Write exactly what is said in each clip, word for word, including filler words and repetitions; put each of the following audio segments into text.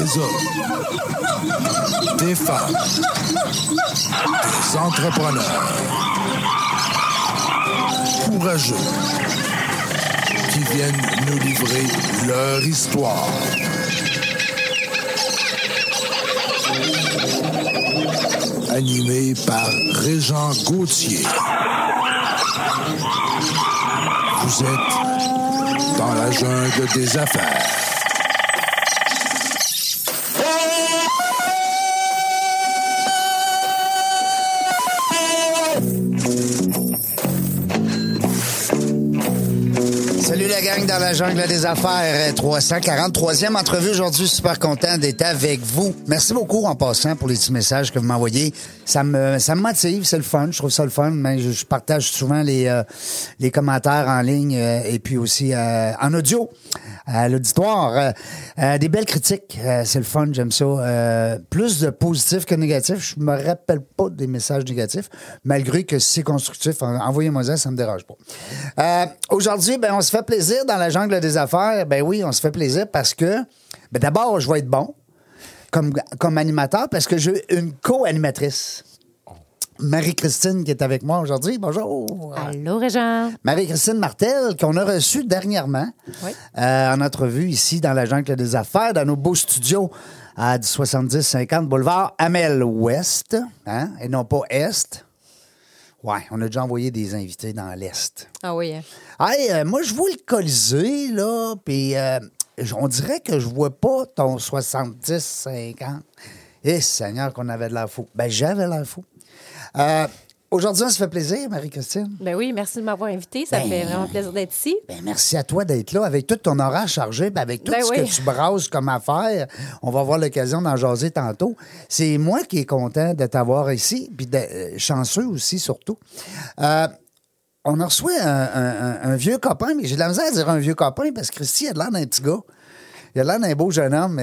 Des hommes, des femmes, des entrepreneurs courageux qui viennent nous livrer leur histoire. Animé par Régent Gauthier. Vous êtes dans la jungle des affaires. Salut la gang dans la jungle des affaires, trois cent quarante-troisième entrevue aujourd'hui. Super content d'être avec vous. Merci beaucoup en passant pour les petits messages que vous m'envoyez. Ça me, ça me motive, c'est le fun. Je trouve ça le fun, mais je, je partage souvent les, euh, les commentaires en ligne euh, et puis aussi euh, en audio à l'auditoire. Euh, euh, des belles critiques, euh, c'est le fun, j'aime ça. Euh, plus de positifs que négatifs. Je me rappelle pas des messages négatifs, malgré que si c'est constructif, envoyez-moi ça, ça me dérange pas. Euh, aujourd'hui, ben on se fait plaisir dans la jungle des affaires. Ben oui, on se fait plaisir parce que, ben d'abord, je vais être bon comme, comme animateur parce que j'ai une co-animatrice. Marie-Christine qui est avec moi aujourd'hui. Bonjour. Allô, Régent. Marie-Christine Martel, qu'on a reçue dernièrement oui. euh, en entrevue ici dans la jungle des affaires, dans nos beaux studios à soixante-dix cinquante boulevard Amel-Ouest, hein, et non pas Est. Ouais, on a déjà envoyé des invités dans l'Est. Ah oui. Hein. Hey, euh, moi, je vois le Colisée, là, puis euh, on dirait que je vois pas ton soixante-dix cinquante. Eh, Seigneur, qu'on avait de l'air fou. Ben, j'avais l'air fou. Euh, aujourd'hui, on se fait plaisir, Marie-Christine. Ben oui, merci de m'avoir invité. Ça ben, fait vraiment plaisir d'être ici. Ben merci à toi d'être là, avec tout ton horaire chargé, ben avec tout ben ce oui. que tu brasses comme affaire. On va avoir l'occasion d'en jaser tantôt. C'est moi qui est content de t'avoir ici, puis de, euh, chanceux aussi, surtout. Euh, on a reçu un, un, un, un vieux copain, mais j'ai de la misère à dire un vieux copain parce que Christy a de l'air d'un petit gars. Il a l'air d'un beau jeune homme.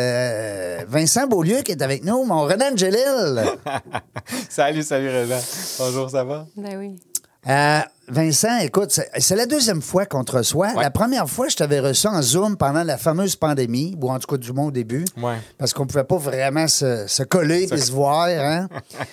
Euh, Vincent Beaulieu qui est avec nous, mon Renan Angelil. Salut, salut Renan. Bonjour, ça va? Ben oui. Euh, Vincent, écoute, c'est, c'est la deuxième fois qu'on te reçoit. Ouais. La première fois, je t'avais reçu en Zoom pendant la fameuse pandémie, ou en tout cas du moins au début, ouais. parce qu'on ne pouvait pas vraiment se, se coller et se voir. Hein?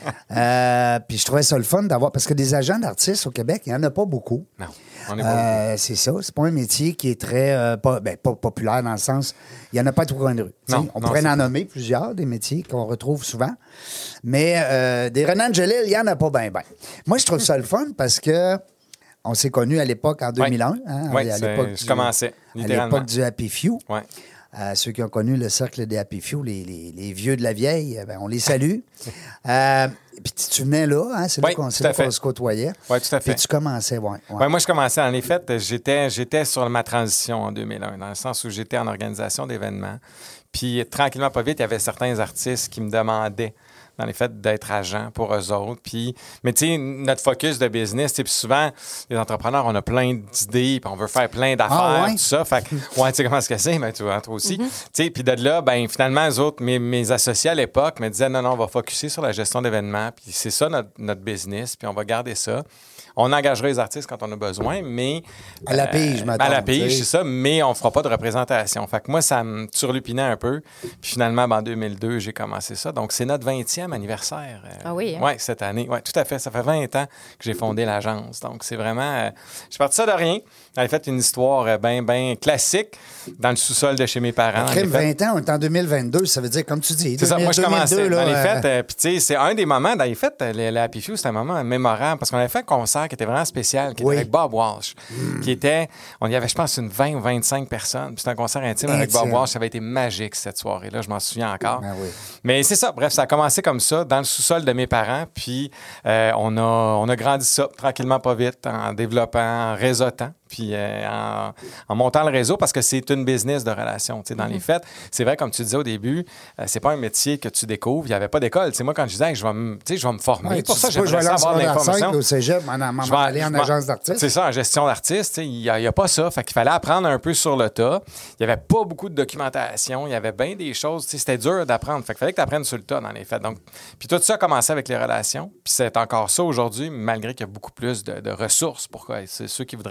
euh, puis je trouvais ça le fun d'avoir... Parce que des agents d'artistes au Québec, il n'y en a pas beaucoup. Non, on est pas euh, C'est ça. C'est pas un métier qui est très... Euh, pas, ben, pas populaire dans le sens... Il n'y en a pas tout coin de rue. Non, on non, pourrait c'est en pas. nommer plusieurs, des métiers qu'on retrouve souvent. Mais euh, des Renan Angelil, il n'y en a pas bien, bien. Moi, je trouve ça le fun parce que... On s'est connus à l'époque en deux mille un. Oui, hein, oui à c'est, l'époque je du, commençais, à littéralement. l'époque du Happy Few. Oui. Euh, ceux qui ont connu le cercle des Happy Few, les, les, les vieux de la vieille, ben, on les salue. euh, Puis tu venais là, hein, c'est oui, là qu'on, c'est tout à là qu'on fait. se côtoyait. Oui, tout à fait. Puis tu commençais, oui. Ouais. Ouais, moi, je commençais, en effet, j'étais, j'étais sur ma transition en deux mille un, dans le sens où j'étais en organisation d'événements. Puis tranquillement, pas vite, il y avait certains artistes qui me demandaient dans les faits d'être agent pour eux autres. Puis, mais tu sais, notre focus de business, puis souvent, les entrepreneurs, on a plein d'idées, puis on veut faire plein d'affaires, Ah ouais? tout ça. Fait que, ouais, tu sais comment c'est, mais tu vois, toi aussi. Mm-hmm. Tu sais, puis de là, ben finalement, eux autres, mes, mes associés à l'époque me disaient, non, non, on va focusser sur la gestion d'événements, puis c'est ça notre, notre business, puis on va garder ça. On engagera les artistes quand on a besoin, mais... À la pige, euh, maintenant. À la pige, c'est ça, mais on ne fera pas de représentation. Fait que moi, ça me turlupinait un peu. Puis finalement, ben, en deux mille deux, j'ai commencé ça. Donc, c'est notre vingtième anniversaire. Euh, ah oui? Hein? Oui, cette année. Oui, tout à fait. Ça fait vingt ans que j'ai fondé l'agence. Donc, c'est vraiment... Euh, je suis parti ça de rien. J'avais fait une histoire bien, bien classique dans le sous-sol de chez mes parents. Crime vingt ans, on est en deux mille vingt-deux, ça veut dire, comme tu dis, c'est ça, moi, je commençais. Là, dans les euh... fêtes, euh, puis tu sais, c'est un des moments, dans les fêtes, le, le Happy Few, c'était un moment mémorable parce qu'on avait fait un concert qui était vraiment spécial, qui oui. était avec Bob Walsh, mm. qui était, on y avait, je pense, une vingt ou vingt-cinq personnes. Puis c'était un concert intime, intime avec Bob Walsh. Ça avait été magique, cette soirée-là, je m'en souviens encore. Ah, oui. Mais c'est ça, bref, ça a commencé comme ça, dans le sous-sol de mes parents, puis euh, on, a, on a grandi ça, tranquillement, pas vite, en développant, en réseautant. Puis euh, en, en montant le réseau, parce que c'est une business de relations. Tu sais, dans mm-hmm. les fêtes, c'est vrai, comme tu disais au début, euh, c'est pas un métier que tu découvres. Il n'y avait pas d'école. Tu sais, moi, quand je disais, je vais me, tu sais, je vais me former. Ouais, pour ça, je j'aimerais avoir de l'information. Au cégep, en, en, je vais aller en agence d'artiste. C'est ça, en gestion d'artiste. Tu sais, il n'y a, a pas ça. Fait qu'il fallait apprendre un peu sur le tas. Il n'y avait pas beaucoup de documentation. Il y avait bien des choses. Tu sais, c'était dur d'apprendre. Fait qu'il fallait que tu apprennes sur le tas dans les fêtes. Donc, puis tout ça a commencé avec les relations. Puis c'est encore ça aujourd'hui, malgré qu'il y a beaucoup plus de, de ressources pour quoi, c'est ceux qui voudraient commencer.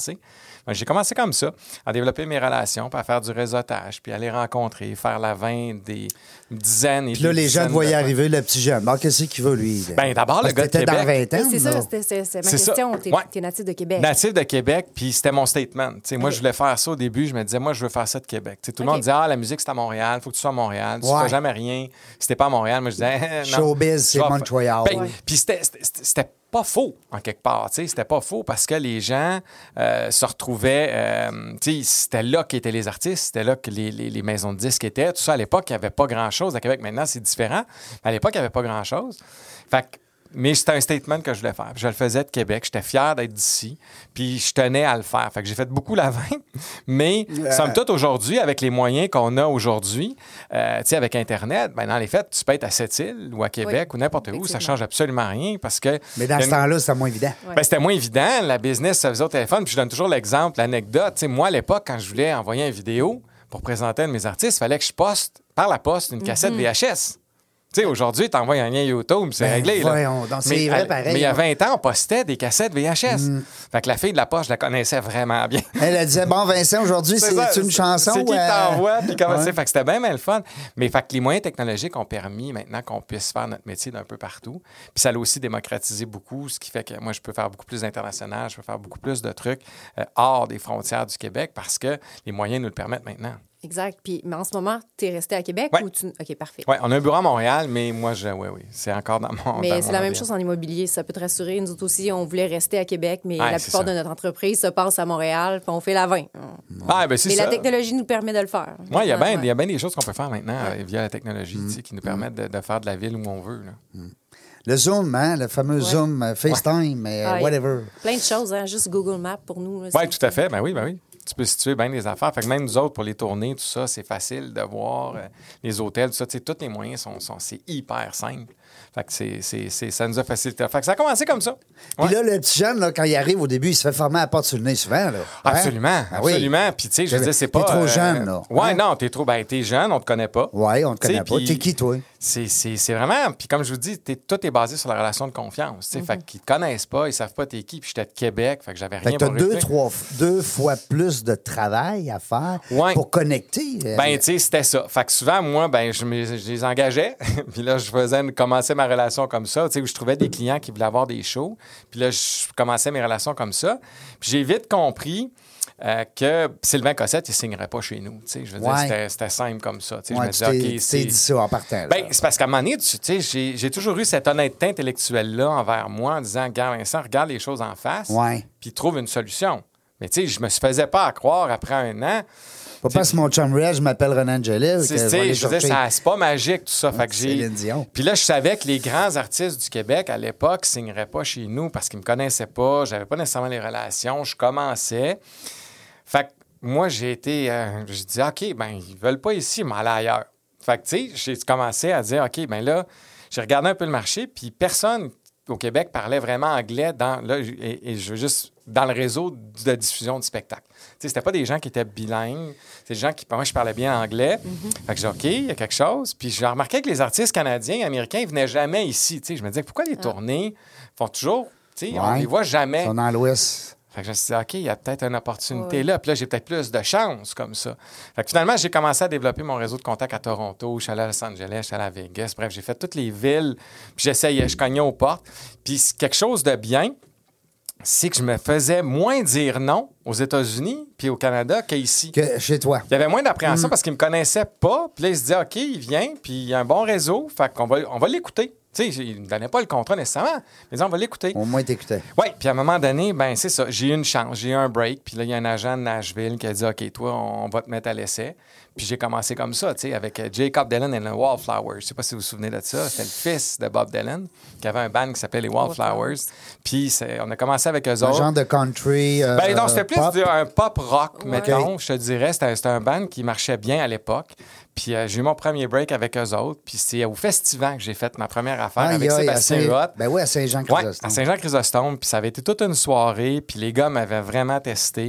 commencer. Ben, j'ai commencé comme ça, à développer mes relations, puis à faire du réseautage, puis aller rencontrer, faire la vente des dizaines et Puis là, des les gens dizaines te voyaient de- arriver, le petit jeune. Bon, qu'est-ce qu'il veut, lui? Ben, d'abord, Parce le gars que de t'étais dans Québec. vingt ans. Oui, c'est là. ça, c'était c'est- c'est ma C'est ça. question. T'es Ouais. es natif de Québec. Natif de Québec, puis c'était mon statement. Tu sais, moi, Ok. je voulais faire ça au début. Je me disais, moi, je veux faire ça de Québec. Tu sais, tout le Ok. monde disait, ah, la musique, c'est à Montréal. Il faut que tu sois à Montréal. Tu ne Ouais. feras jamais rien si t'es pas à Montréal. Moi, je disais, eh, non. Showbiz, c'est Je vais Montréal. faire- Ben, Ouais. Puis c'était- c'était c'était pas faux, en quelque part. Tu sais, c'était pas faux parce que les gens euh, se retrouvaient. euh, tu sais, c'était là qu'étaient les artistes. C'était là que les, les- les maisons de disques étaient. Tout ça, à l'époque, il n'y avait pas grand-chose. À Québec, maintenant, c'est différent. Mais à l'époque, il n'y avait pas grand-chose. Fait que mais c'était un statement que je voulais faire. Puis je le faisais de Québec. J'étais fier d'être d'ici. Puis je tenais à le faire. Fait que j'ai fait beaucoup la vente. Mais, somme toute, aujourd'hui, avec les moyens qu'on a aujourd'hui, euh, tu sais, avec Internet, ben, dans les faits, tu peux être à Sept-Îles ou à Québec Oui, ou n'importe où. Ça effectivement. change absolument rien parce que... Mais dans il y a ce une- temps-là, c'était moins évident. Ouais. ben, c'était moins évident. La business se faisait au téléphone. Puis je donne toujours l'exemple, l'anecdote. Tu sais, moi, à l'époque, quand je voulais envoyer une vidéo pour présenter un de mes artistes, il fallait que je poste par la poste une cassette V H S. Tu sais, aujourd'hui, tu envoies un lien YouTube, c'est Ben, réglé. Là. voyons donc, c'est mais, vrai à- pareil, mais il y a hein. vingt ans, on postait des cassettes V H S. Fait que la fille de la poche, je la connaissais vraiment bien. Elle a dit, bon, Vincent, aujourd'hui, c'est ça, une chanson? C'est qui ou, que euh, t'envoie, puis comment ouais. c'est. Fait que c'était bien, bien le fun. Mais fait que les moyens technologiques ont permis maintenant qu'on puisse faire notre métier d'un peu partout. Puis ça l'a aussi démocratisé beaucoup, ce qui fait que moi, je peux faire beaucoup plus d'international, je peux faire beaucoup plus de trucs euh, hors des frontières du Québec parce que les moyens nous le permettent maintenant. Exact. Puis, mais en ce moment, tu es resté à Québec Ouais. ou tu. OK, parfait. Oui, on a un bureau à Montréal, mais moi, je, oui, oui, c'est encore dans mon. Mais dans c'est mon la même A D N. chose en immobilier. Ça peut te rassurer. Nous autres aussi, on voulait rester à Québec, mais Ouais, la c'est plupart ça. de notre entreprise se passe à Montréal, puis on fait la vente. Ah, ben c'est Mais ça. la technologie nous permet de le faire. Oui, il y a bien Ouais. il y a bien des choses qu'on peut faire maintenant euh, via la technologie tu sais, qui nous permettent de, de faire de la ville où on veut. Là. Le Zoom, hein, le fameux Ouais. Zoom, euh, FaceTime, euh, Ah, whatever. Plein de choses, hein? Juste Google Maps pour nous. là, Oui, c'est- tout à fait. Ben oui, ben oui. Tu peux situer bien les affaires. Fait que même nous autres, pour les tournées, tout ça, c'est facile de voir. euh, les hôtels, tout ça, tu sais, tous les moyens sont, sont c'est hyper simple. Fait que c'est, c'est, c'est- ça nous a facilité. Fait que ça a commencé comme ça. Puis Ouais. là, le petit jeune, là, quand il arrive au début, il se fait former à la porte sur le nez souvent. Là. Hein? Absolument, Ah oui. absolument. Puis, tu sais, je veux T'es- dire, c'est t'es pas. trop jeune, là. Ouais, Hein? non, t'es trop. Ben, t'es jeune, on te connaît pas. Oui, on ne te Tu sais, connaît pas. puis T'es qui, toi? C'est, c'est, c'est vraiment. Puis, comme je vous dis, t'es- tout est basé sur la relation de confiance. tu sais. Fait qu'ils te connaissent pas, ils savent pas t'es qui. Puis, j'étais de Québec, fait que j'avais Fait rien que t'as pour deux, répéter. trois, deux fois plus de travail à faire Ouais. pour connecter. euh, Ben, tu sais, c'était ça. Fait que souvent, moi, ben, je, me- je les engageais. Puis là, je faisais une- commençais ma relation comme ça, tu sais, où je trouvais des clients qui voulaient avoir des shows. Puis là, je commençais mes relations comme ça. Puis j'ai vite compris euh, que Sylvain Cossette, il ne signerait pas chez nous. Tu sais, je veux dire, Ouais. c'était, c'était simple comme ça. Tu sais, ouais, je tu me t'es disais, tu OK, t'es c'est... dit ça en partant. là. Ben, c'est parce qu'à un moment donné, tu sais, j'ai, j'ai toujours eu cette honnêteté intellectuelle-là envers moi en disant, regarde, Vincent, regarde les choses en face, Ouais. puis trouve une solution. Mais tu sais, je me faisais pas à croire après un an. Pas parce que mon chum Red, je m'appelle Renan Angelil. C'est, que tu je vais sais, aller je veux dire, chercher. ça- c'est pas magique, tout ça. Fait que j'ai... Céline Dion. Puis là, je savais que les grands artistes du Québec, à l'époque, ne signeraient pas chez nous parce qu'ils me connaissaient pas, j'avais pas nécessairement les relations, je commençais. Fait que moi, j'ai été... euh, j'ai dit, OK, ben ils veulent pas ici, mais aller ailleurs. Fait que, tu sais, j'ai commencé à dire, OK, ben là, j'ai regardé un peu le marché, puis personne au Québec parlait vraiment anglais dans... Là, et, et je veux juste... dans le réseau de diffusion du spectacle. Tu sais, c'était pas des gens qui étaient bilingues, c'est des gens qui... Moi, je parlais bien anglais. Fait que j'ai dit, OK, il y a quelque chose. Puis j'ai remarqué que les artistes canadiens, américains, ils venaient jamais ici. Tu sais, je me disais, pourquoi les tournées font toujours... Tu sais, on Ouais. les voit jamais. Ils sont dans l'Ouest. Fait que je me suis dit, OK, il y a peut-être une opportunité là. Puis là, j'ai peut-être plus de chance comme ça. Fait que finalement, j'ai commencé à développer mon réseau de contacts à Toronto. Je suis allé à Los Angeles, je suis allé à Vegas. Bref, j'ai fait toutes les villes. Puis j'essayais, je cognais aux portes. Puis c'est quelque chose de bien, c'est que je me faisais moins dire non aux États-Unis puis au Canada qu'ici. Que chez toi. Il y avait moins d'appréhension Mm. parce qu'ils me connaissaient pas. Puis là, ils se disaient, OK, il vient, puis il y a un bon réseau. Fait qu'on va, on va l'écouter. Tu sais, ils ne me donnaient pas le contrat nécessairement. Mais ils disaient, on va l'écouter. Au moins, t'écoutais. Oui, puis à un moment donné, ben c'est ça. J'ai eu une chance, j'ai eu un break. Puis là, il y a un agent de Nashville qui a dit, OK, toi, on va te mettre à l'essai. Puis j'ai commencé comme ça, tu sais, avec euh, Jacob Dylan et les Wallflowers. Je sais pas si vous vous souvenez de ça. C'était le fils de Bob Dylan, qui avait un band qui s'appelait les Wallflowers. Puis c'est- on a commencé avec eux Un autres. genre de country. euh, Ben non, c'était plus pop. du- un pop rock, Ouais. mettons, je te dirais. C'était, c'était un band qui marchait bien à l'époque. Puis euh, j'ai eu mon premier break avec eux autres. Puis c'est au Festival que j'ai fait ma première affaire Aïe, avec aïe, à Sébastien Saint- Roth. Ben oui, à Oui, Saint-Jean-Chrysostome. à Saint-Jean-Chrysostome. Puis ça avait été toute une soirée. Puis les gars m'avaient vraiment testé.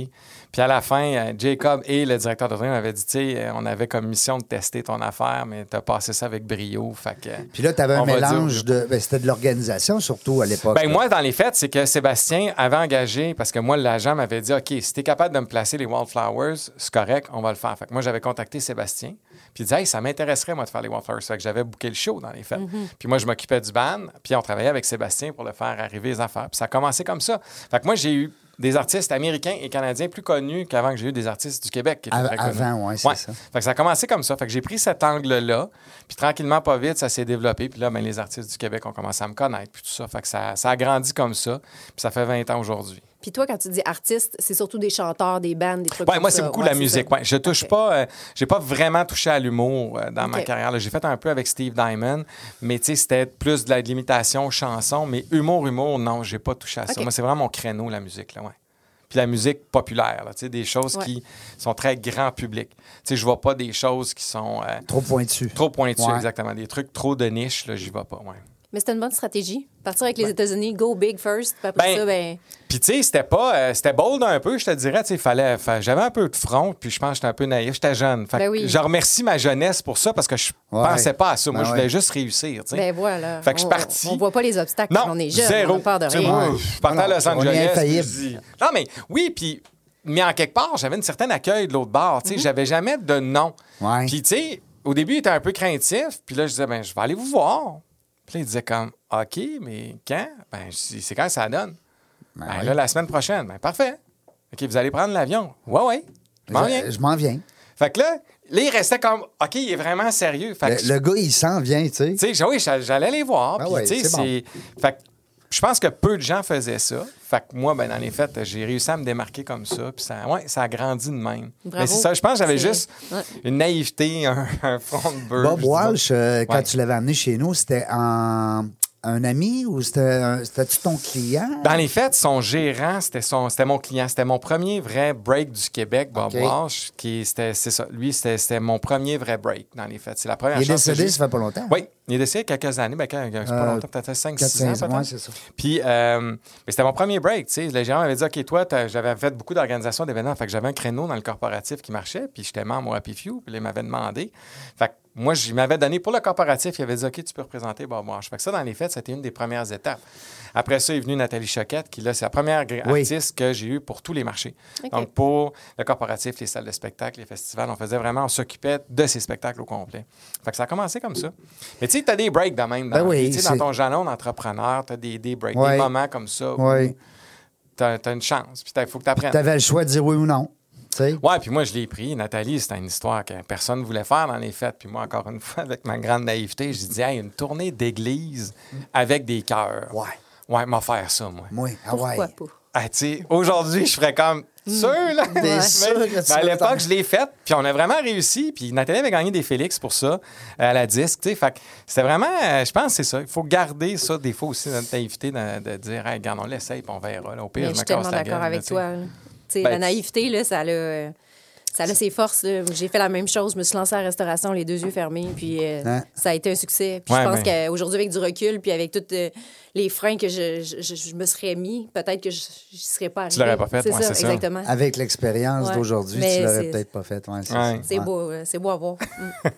Puis à la fin, euh, Jacob et le directeur de tournée m'avaient dit, tu sais, euh, on avait comme mission de tester ton affaire, mais tu as passé ça avec brio. Fait que, Puis là, tu avais un on va mélange dire- de... Ben, c'était de l'organisation, surtout, à l'époque. Ben là. moi, dans les faits, c'est que Sébastien avait engagé, parce que moi, l'agent m'avait dit, OK, si tu es capable de me placer les Wildflowers, c'est correct, on va le faire. Fait que moi, j'avais contacté Sébastien, puis il disait, hey, ça m'intéresserait, moi, de faire les Wildflowers. Fait que j'avais booké le show, dans les faits. Puis moi, je m'occupais du band, puis on travaillait avec Sébastien pour le faire arriver les affaires. Puis ça a commencé comme ça. Fait que moi, j'ai eu des artistes américains et canadiens plus connus qu'avant que j'ai eu des artistes du Québec qui étaient Av- très connus. avant, ouais, c'est ça. Fait que ça a commencé comme ça. Fait que j'ai pris cet angle-là, puis tranquillement, pas vite, ça s'est développé. Puis là, ben, les artistes du Québec ont commencé à me connaître, puis tout ça. Fait que ça, ça a grandi comme ça, puis ça fait vingt ans aujourd'hui. Puis toi, quand tu dis artiste, c'est surtout des chanteurs, des bands, des trucs Ouais, comme moi, ça. c'est beaucoup Ouais, la musique. ça. Ouais, je touche OK. pas, euh, j'ai pas vraiment touché à l'humour euh, dans ma OK. carrière. là. J'ai fait un peu avec Steve Diamond, mais tu sais, c'était plus de la- de l'imitation, chanson, mais humour, humour, non, j'ai pas touché à ça. OK. Moi, c'est vraiment mon créneau, la musique, là, ouais. Puis la musique populaire, là, tu sais, des choses Ouais. qui sont très grand public. Tu sais, je vois pas des choses qui sont euh, Trop pointu. trop pointues, Ouais. exactement. Des trucs trop de niche, là, j'y vais pas, ouais. Mais c'était une bonne stratégie. Partir avec les États-Unis, go big first, puis après Ben, ça, ben... Puis, tu sais, c'était pas... euh, c'était bold un peu, je te dirais. Tu sais, fallait... fa- j'avais un peu de front, puis je pense que j'étais un peu naïf. J'étais jeune. Fait que Ben oui. je remercie ma jeunesse pour ça, parce que je Ouais. pensais pas à ça. Moi, Ben je voulais ouais. juste réussir, tu sais. Ben voilà. Fait que je suis On- parti. On, voit pas les obstacles Non, quand on est jeune. zéro. On a peur de Tu sais, rien. moi, je partais à Los On est Angeles. infaillible. puis je dis- Non, mais oui, puis... Mais en quelque part, j'avais une certaine accueil de l'autre bord. Tu sais, j'avais jamais de nom. Ouais. Puis, tu sais, au début, il était un peu craintif. Puis là, je disais, ben je vais aller vous voir. Puis là, il disait comme, OK, mais quand? Ben, je dis, c'est quand ça donne? Ben Ben, ouais. là, la semaine prochaine. Ben, parfait. OK, vous allez prendre l'avion. Ouais, ouais. Je m'en viens. Je, je m'en viens. Fait que là, là, il restait comme, OK, il est vraiment sérieux. Fait que, Le, le gars, il s'en vient, tu sais. tu sais, oui, j'allais les voir. Ah Puis, ouais, tu sais, c'est bon. c'est. Fait que je pense que peu de gens faisaient ça. Fait que moi, ben, dans les faits, j'ai réussi à me démarquer comme ça. Puis ça, ouais, ça a grandi de même. Bravo. Mais c'est ça, je pense que j'avais C'est- juste Ouais. une naïveté, un, un front de beurre. Bob je dis Walsh, euh, quand Ouais. tu l'avais amené chez nous, c'était en... un ami ou c'était un- c'était-tu ton client? Dans les faits, son gérant, c'était son, c'était mon client. C'était mon premier vrai break du Québec, Bob OK. Walsh. Qui, c'était, c'est ça. Lui, c'était, c'était mon premier vrai break, dans les faits. C'est la première Il est chance que décédé, j'ai- ça fait pas longtemps. Oui, il est décédé il y a quelques années. Ben, quand- c'est pas Euh, longtemps, peut-être cinq quatre, six ans, cinq, peut-être. ouais, c'est ça. Puis, euh, mais c'était mon premier break, tu sais. Le gérant m'avait dit, OK, toi, t'as- j'avais fait beaucoup d'organisations d'événements. Fait que j'avais un créneau dans le corporatif qui marchait. Puis, j'étais membre au Happy Few. Puis, là, il m'avait demandé. Fait que moi, il m'avait donné pour le corporatif. Il avait dit, OK, tu peux représenter Bob Walsh. Fait que ça, dans les faits, c'était une des premières étapes. Après ça est venue Nathalie Choquette, qui, là, c'est la première gr- Oui. artiste que j'ai eue pour tous les marchés. OK. Donc, pour le corporatif, les salles de spectacle, les festivals, on faisait vraiment, on s'occupait de ces spectacles au complet. Fait que ça a commencé comme ça. Mais tu sais, tu as des breaks de même. Dans, Ben oui, tu sais, c'est- dans ton jalon d'entrepreneur, tu as des, des breaks, Ouais. des moments comme ça Oui. où tu as, une chance. Puis il faut que tu apprennes. Tu avais le choix de dire oui ou non. Tu sais? Ouais, puis moi, je l'ai pris. Nathalie, c'était une histoire que personne ne voulait faire dans les fêtes. Puis moi, encore une fois, avec ma grande naïveté, je dis, hey, une tournée d'église avec des cœurs. Ouais. Ouais, m'a faire ça, moi. Moi, ah Pourquoi ouais. pas? Ah, tu sais, aujourd'hui, je ferais comme sûr, là. T'es Mais- sûr que tu mais à vas l'époque, t'en- je l'ai faite, puis on a vraiment réussi. Puis Nathalie avait gagné des Félix pour ça, euh, à la disque, tu sais. Fait que c'était vraiment, euh, je pense que c'est ça. Il faut garder ça, des fois aussi, notre naïveté, de, de dire, hey, regarde, on l'essaye, puis on verra. Là, au pire, Mais je je suis me casse tellement la d'accord gueule, avec là, tu sais. toi. là. Tu sais, Ben, la naïveté, là, ça a, euh, ça a ses forces. là. J'ai fait la même chose. Je me suis lancée à la restauration, les deux yeux fermés, puis euh, Hein? ça a été un succès. Puis Ouais, je pense mais- qu'aujourd'hui, avec du recul, puis avec tous euh, les freins que je, je, je- je me serais mis, peut-être que je n'y serais pas arrivée. l'aurais pas fait, C'est ouais, ça, c'est ça. exactement. Avec l'expérience Ouais. d'aujourd'hui, Mais tu l'aurais c'est- peut-être pas fait. Ouais, c'est Ouais. ça. C'est Ouais. beau, euh, c'est beau à voir. Mm.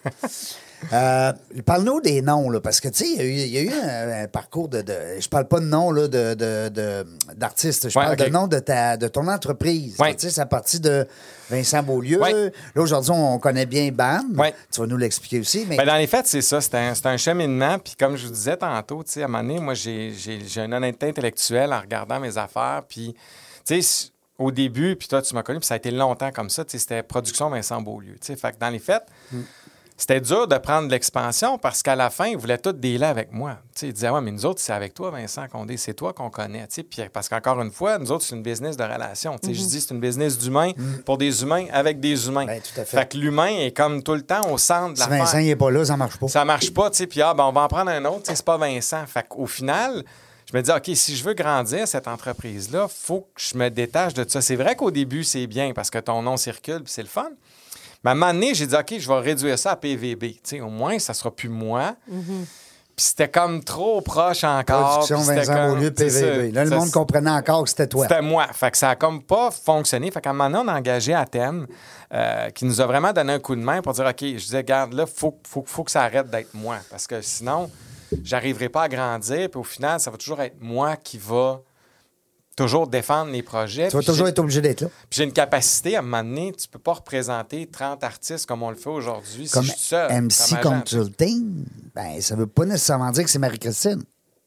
Euh, Parle-nous des noms, là, parce que, tu sais, il y a eu, il y a eu un, un parcours de, de... Je parle pas de nom là, de, de, de- d'artiste, je Ouais, parle OK. de nom de, ta, de ton entreprise. Ouais. Tu sais, c'est à partir de Vincent Beaulieu. Ouais. Là, aujourd'hui, on connaît bien B A M. Ouais. Tu vas nous l'expliquer aussi. Mais Ben, dans les faits, c'est ça. C'est un, c'est un cheminement. Puis comme je vous disais tantôt, tu sais, à un moment donné, moi, j'ai, j'ai, j'ai une honnêteté intellectuelle en regardant mes affaires. Puis, tu sais, au début, puis toi, tu m'as connu, puis ça a été longtemps comme ça. Tu sais, c'était production Vincent Beaulieu. Tu sais, fait que dans les faits, c'était dur de prendre de l'expansion parce qu'à la fin, ils voulaient tous dealer avec moi. Tu sais, ils disaient, ouais, mais nous autres, c'est avec toi, Vincent Condé, c'est toi qu'on connaît. Tu sais, puis parce qu'encore une fois, nous autres, c'est une business de relation. Tu sais, je dis, c'est une business d'humains pour des humains avec des humains. Ben, tout à fait. Fait que l'humain est comme tout le temps au centre de si l'affaire. Vincent n'est pas là, ça marche pas. Ça marche pas, tu sais, puis ah, ben, on va en prendre un autre, tu sais, c'est pas Vincent. Fait qu'au final, je me dis, OK, si je veux grandir cette entreprise-là, il faut que je me détache de tout ça. C'est vrai qu'au début, c'est bien parce que ton nom circule, puis c'est le fun. Mais à un moment donné, j'ai dit, OK, je vais réduire ça à P V B. Tu sais, au moins, ça sera plus moi. Puis c'était comme trop proche encore. Production puis c'était Vincent comme- Beaulieu, P c'est V B. ça. Là, le Ça, monde comprenait encore que c'était toi. C'était moi. Fait que ça a comme pas fonctionné. Fait qu'à un moment donné, on a engagé Athènes, euh, qui nous a vraiment donné un coup de main pour dire, OK, je disais, regarde, là, il faut, faut, faut que ça arrête d'être moi. Parce que sinon, j'arriverai pas à grandir. Puis au final, ça va toujours être moi qui va toujours défendre les projets. Tu vas Puis toujours j'ai- être obligé d'être là. Puis j'ai une capacité, à un moment donné, tu peux pas représenter trente artistes comme on le fait aujourd'hui si Comme je suis seul. M C comme agent. Consulting, ben, ça veut pas nécessairement dire que c'est Marie-Christine.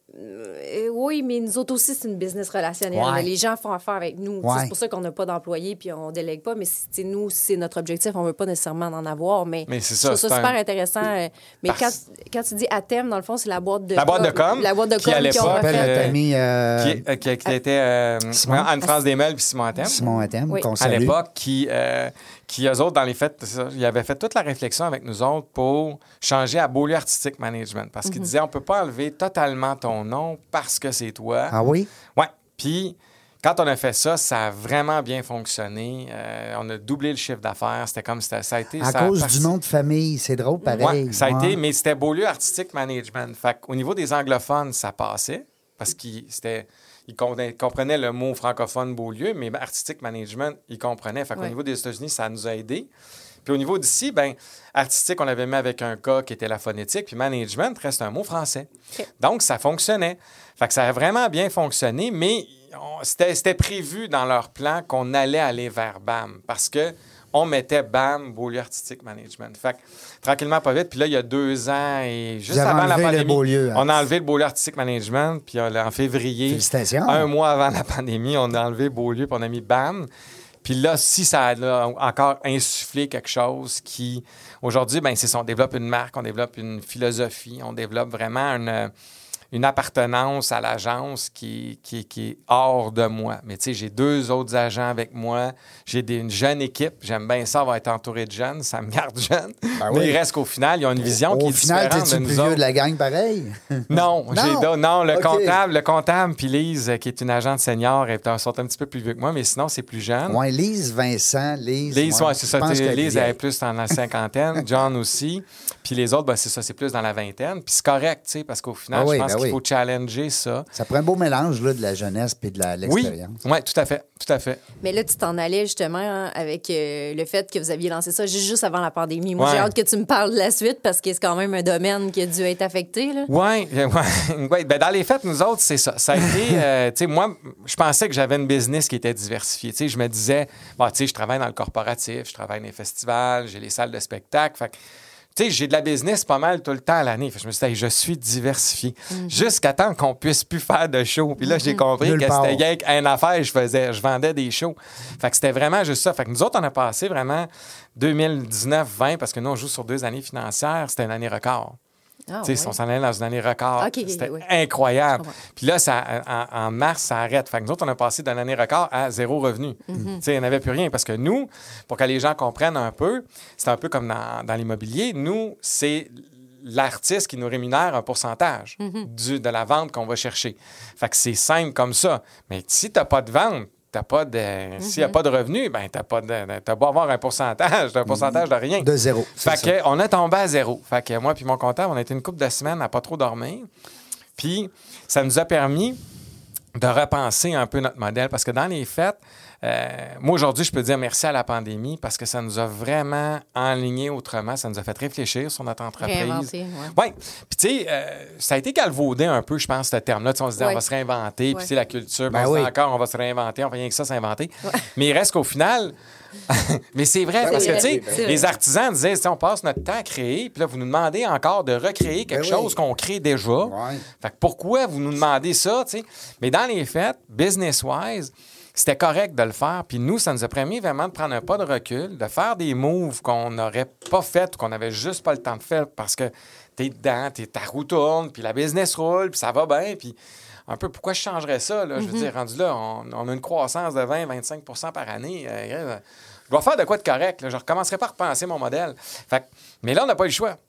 Euh, oui, mais nous autres aussi, c'est une business relationnelle. Ouais. Les gens font affaire avec nous. Tu sais, Ouais. C'est pour ça qu'on n'a pas d'employés puis on délègue pas. Mais c'est- tu sais, nous, c'est notre objectif. On veut pas nécessairement en avoir. Mais, Mais c'est je ça, trouve ça c'est super un- intéressant. euh, Mais Parce- quand, quand tu dis Athème, dans le fond, c'est la boîte de La boîte de com, La boîte de qui, com à qui ont l'époque, Je rappelle refait. à Euh, ta amie euh, Qui, euh, qui- qui était euh, Simon. Anne-France Desmeules puis Simon Athènes. Simon Athème, Oui. qu'on À salue. l'époque, qui, euh, qui, eux autres, dans les faits, ça, ils avaient fait toute la réflexion avec nous autres pour changer à Beaulieu Artistic Management. Parce Mhm. qu'ils disaient, on peut pas enlever totalement ton nom parce que c'est toi. Ah oui? Ouais. Puis, quand on a fait ça, ça a vraiment bien fonctionné. Euh, on a doublé le chiffre d'affaires. C'était comme c'était- ça a été. À ça a cause parti- du nom de famille, c'est drôle, pareil. Ouais, ça a Ouais. été, mais c'était Beaulieu Artistic Management. Fait qu'au niveau des anglophones, ça passait parce qu'ils c'était- ils comprenaient, comprenaient le mot francophone Beaulieu, mais Artistic Management, ils comprenaient. Fait qu'au Ouais. niveau des États-Unis, ça nous a aidés. Puis au niveau d'ici, ben artistique, on l'avait mis avec un cas qui était la phonétique, puis management reste un mot français. OK. Donc, ça fonctionnait. Fait que ça a vraiment bien fonctionné, mais on- c'était c'était prévu dans leur plan qu'on allait aller vers B A M parce que on mettait B A M, Beaulieu Artistic Management. Fait que, tranquillement, pas vite. Puis là, il y a deux ans et juste Vous avez avant la enlevé le pandémie, Beaulieu, hein? on a enlevé le Beaulieu Artistic Management. Puis on l'a- en février, Félicitations. un mois avant la pandémie, on a enlevé Beaulieu puis on a mis B A M. Puis là, si ça a encore insufflé quelque chose qui... Aujourd'hui, ben c'est ça, on développe une marque, on développe une philosophie, on développe vraiment une, une appartenance à l'agence qui, qui, qui est hors de moi. Mais tu sais, j'ai deux autres agents avec moi, j'ai des- une jeune équipe, j'aime bien ça, avoir été entouré de jeunes, ça me garde jeune. Ben Mais oui. il reste qu'au final, ils ont une vision qui Au est final, différente t'es-tu de le nous plus vieux autres. de la gang, pareil? Non, Non? j'ai d'autres- non, le OK. comptable, le comptable puis Lise, euh, qui est une agente senior, est un, sont un petit peu plus vieux que moi, mais sinon, c'est plus jeune. Ouais, Lise, Vincent, Lise. Lise, ouais, ouais, c'est je ça. pense t'sais, qu'elle est Lise, elle est vieille. plus dans la cinquantaine. John aussi. Puis les autres, ben, c'est ça, c'est plus dans la vingtaine. Puis c'est correct, tu sais, parce qu'au final, Ah oui, je pense ben qu'il oui. faut challenger ça. Ça prend un beau mélange là, de la jeunesse et de la- Oui, l'expérience. ouais, tout à fait, tout à fait. Mais là, tu t'en allais justement hein, avec euh, le fait que vous aviez lancé ça juste, juste avant la pandémie. Moi, Ouais. j'ai hâte que tu me parles de la suite parce que c'est quand même un domaine qui a dû être affecté. Là. Oui, ouais, ouais. Ben, dans les faits, nous autres, c'est ça. Ça a été, euh, tu sais, moi, je pensais que j'avais une business qui était diversifiée. Tu sais, je me disais, bon, tu sais, je travaille dans le corporatif, je travaille dans les festivals, j'ai les salles de spectacle. Fait que, tu sais, j'ai de la business pas mal tout le temps à l'année. Fait que je me suis dit, hey, je suis diversifié. Jusqu'à temps qu'on puisse plus faire de shows. Puis là, j'ai compris Nulle que part. c'était rien qu'une affaire, je faisais, je vendais des shows. Fait que c'était vraiment juste ça. Fait que nous autres, on a passé vraiment deux mille dix-neuf vingt, parce que nous, on joue sur deux années financières. C'était une année record. Ah, Tu sais, ouais. on s'en allait dans une année record. OK, C'était oui. incroyable. Je comprends. Puis là, ça, en, en mars, ça arrête. Fait que nous autres, on a passé d'une année record à zéro revenu. Tu sais, il n'y en avait plus rien. Parce que nous, pour que les gens comprennent un peu, c'est un peu comme dans, dans l'immobilier. Nous, c'est l'artiste qui nous rémunère un pourcentage du, de la vente qu'on va chercher. Fait que c'est simple comme ça. Mais si tu n'as pas de vente, t'as pas de, s'il n'y a pas de revenus, ben t'as pas de, t'as beau avoir un pourcentage, t'as un pourcentage de rien. De zéro. c'est Fait ça. que on est tombé à zéro. Fait que moi puis mon comptable, on a été une couple de semaines à pas trop dormir. Puis ça nous a permis de repenser un peu notre modèle parce que dans les faits, euh, moi aujourd'hui, je peux dire merci à la pandémie parce que ça nous a vraiment enligné autrement, ça nous a fait réfléchir sur notre entreprise. Réinventer, ouais. Oui. Puis, tu sais, euh, ça a été galvaudé un peu, je pense, ce terme-là. Tu sais, on se dit, Ouais. on va se réinventer. Puis, Ouais. tu sais, la culture, Ben ben, on se dit oui. encore, on va se réinventer. On fait rien que ça, s'inventer. Mais il reste qu'au final. Mais c'est vrai, Ben parce oui, que, tu sais, c'est vrai. les artisans disaient, tu sais, on passe notre temps à créer, puis là, vous nous demandez encore de recréer quelque Ben oui. chose qu'on crée déjà. Ouais. Fait que pourquoi vous nous demandez ça, tu sais? Mais dans les faits, business-wise, c'était correct de le faire. Puis nous, ça nous a permis vraiment de prendre un pas de recul, de faire des moves qu'on n'aurait pas fait ou qu'on n'avait juste pas le temps de faire parce que t'es dedans, t'es, ta roue tourne, puis la business roule, puis ça va bien, puis un peu, pourquoi je changerais ça? Là? Je veux dire, rendu là, on, on a une croissance de vingt à vingt-cinq pour cent par année. Euh, je dois faire de quoi de correct. Là. Je ne recommencerai pas à repenser mon modèle. Fait que- mais là, on n'a pas eu le choix.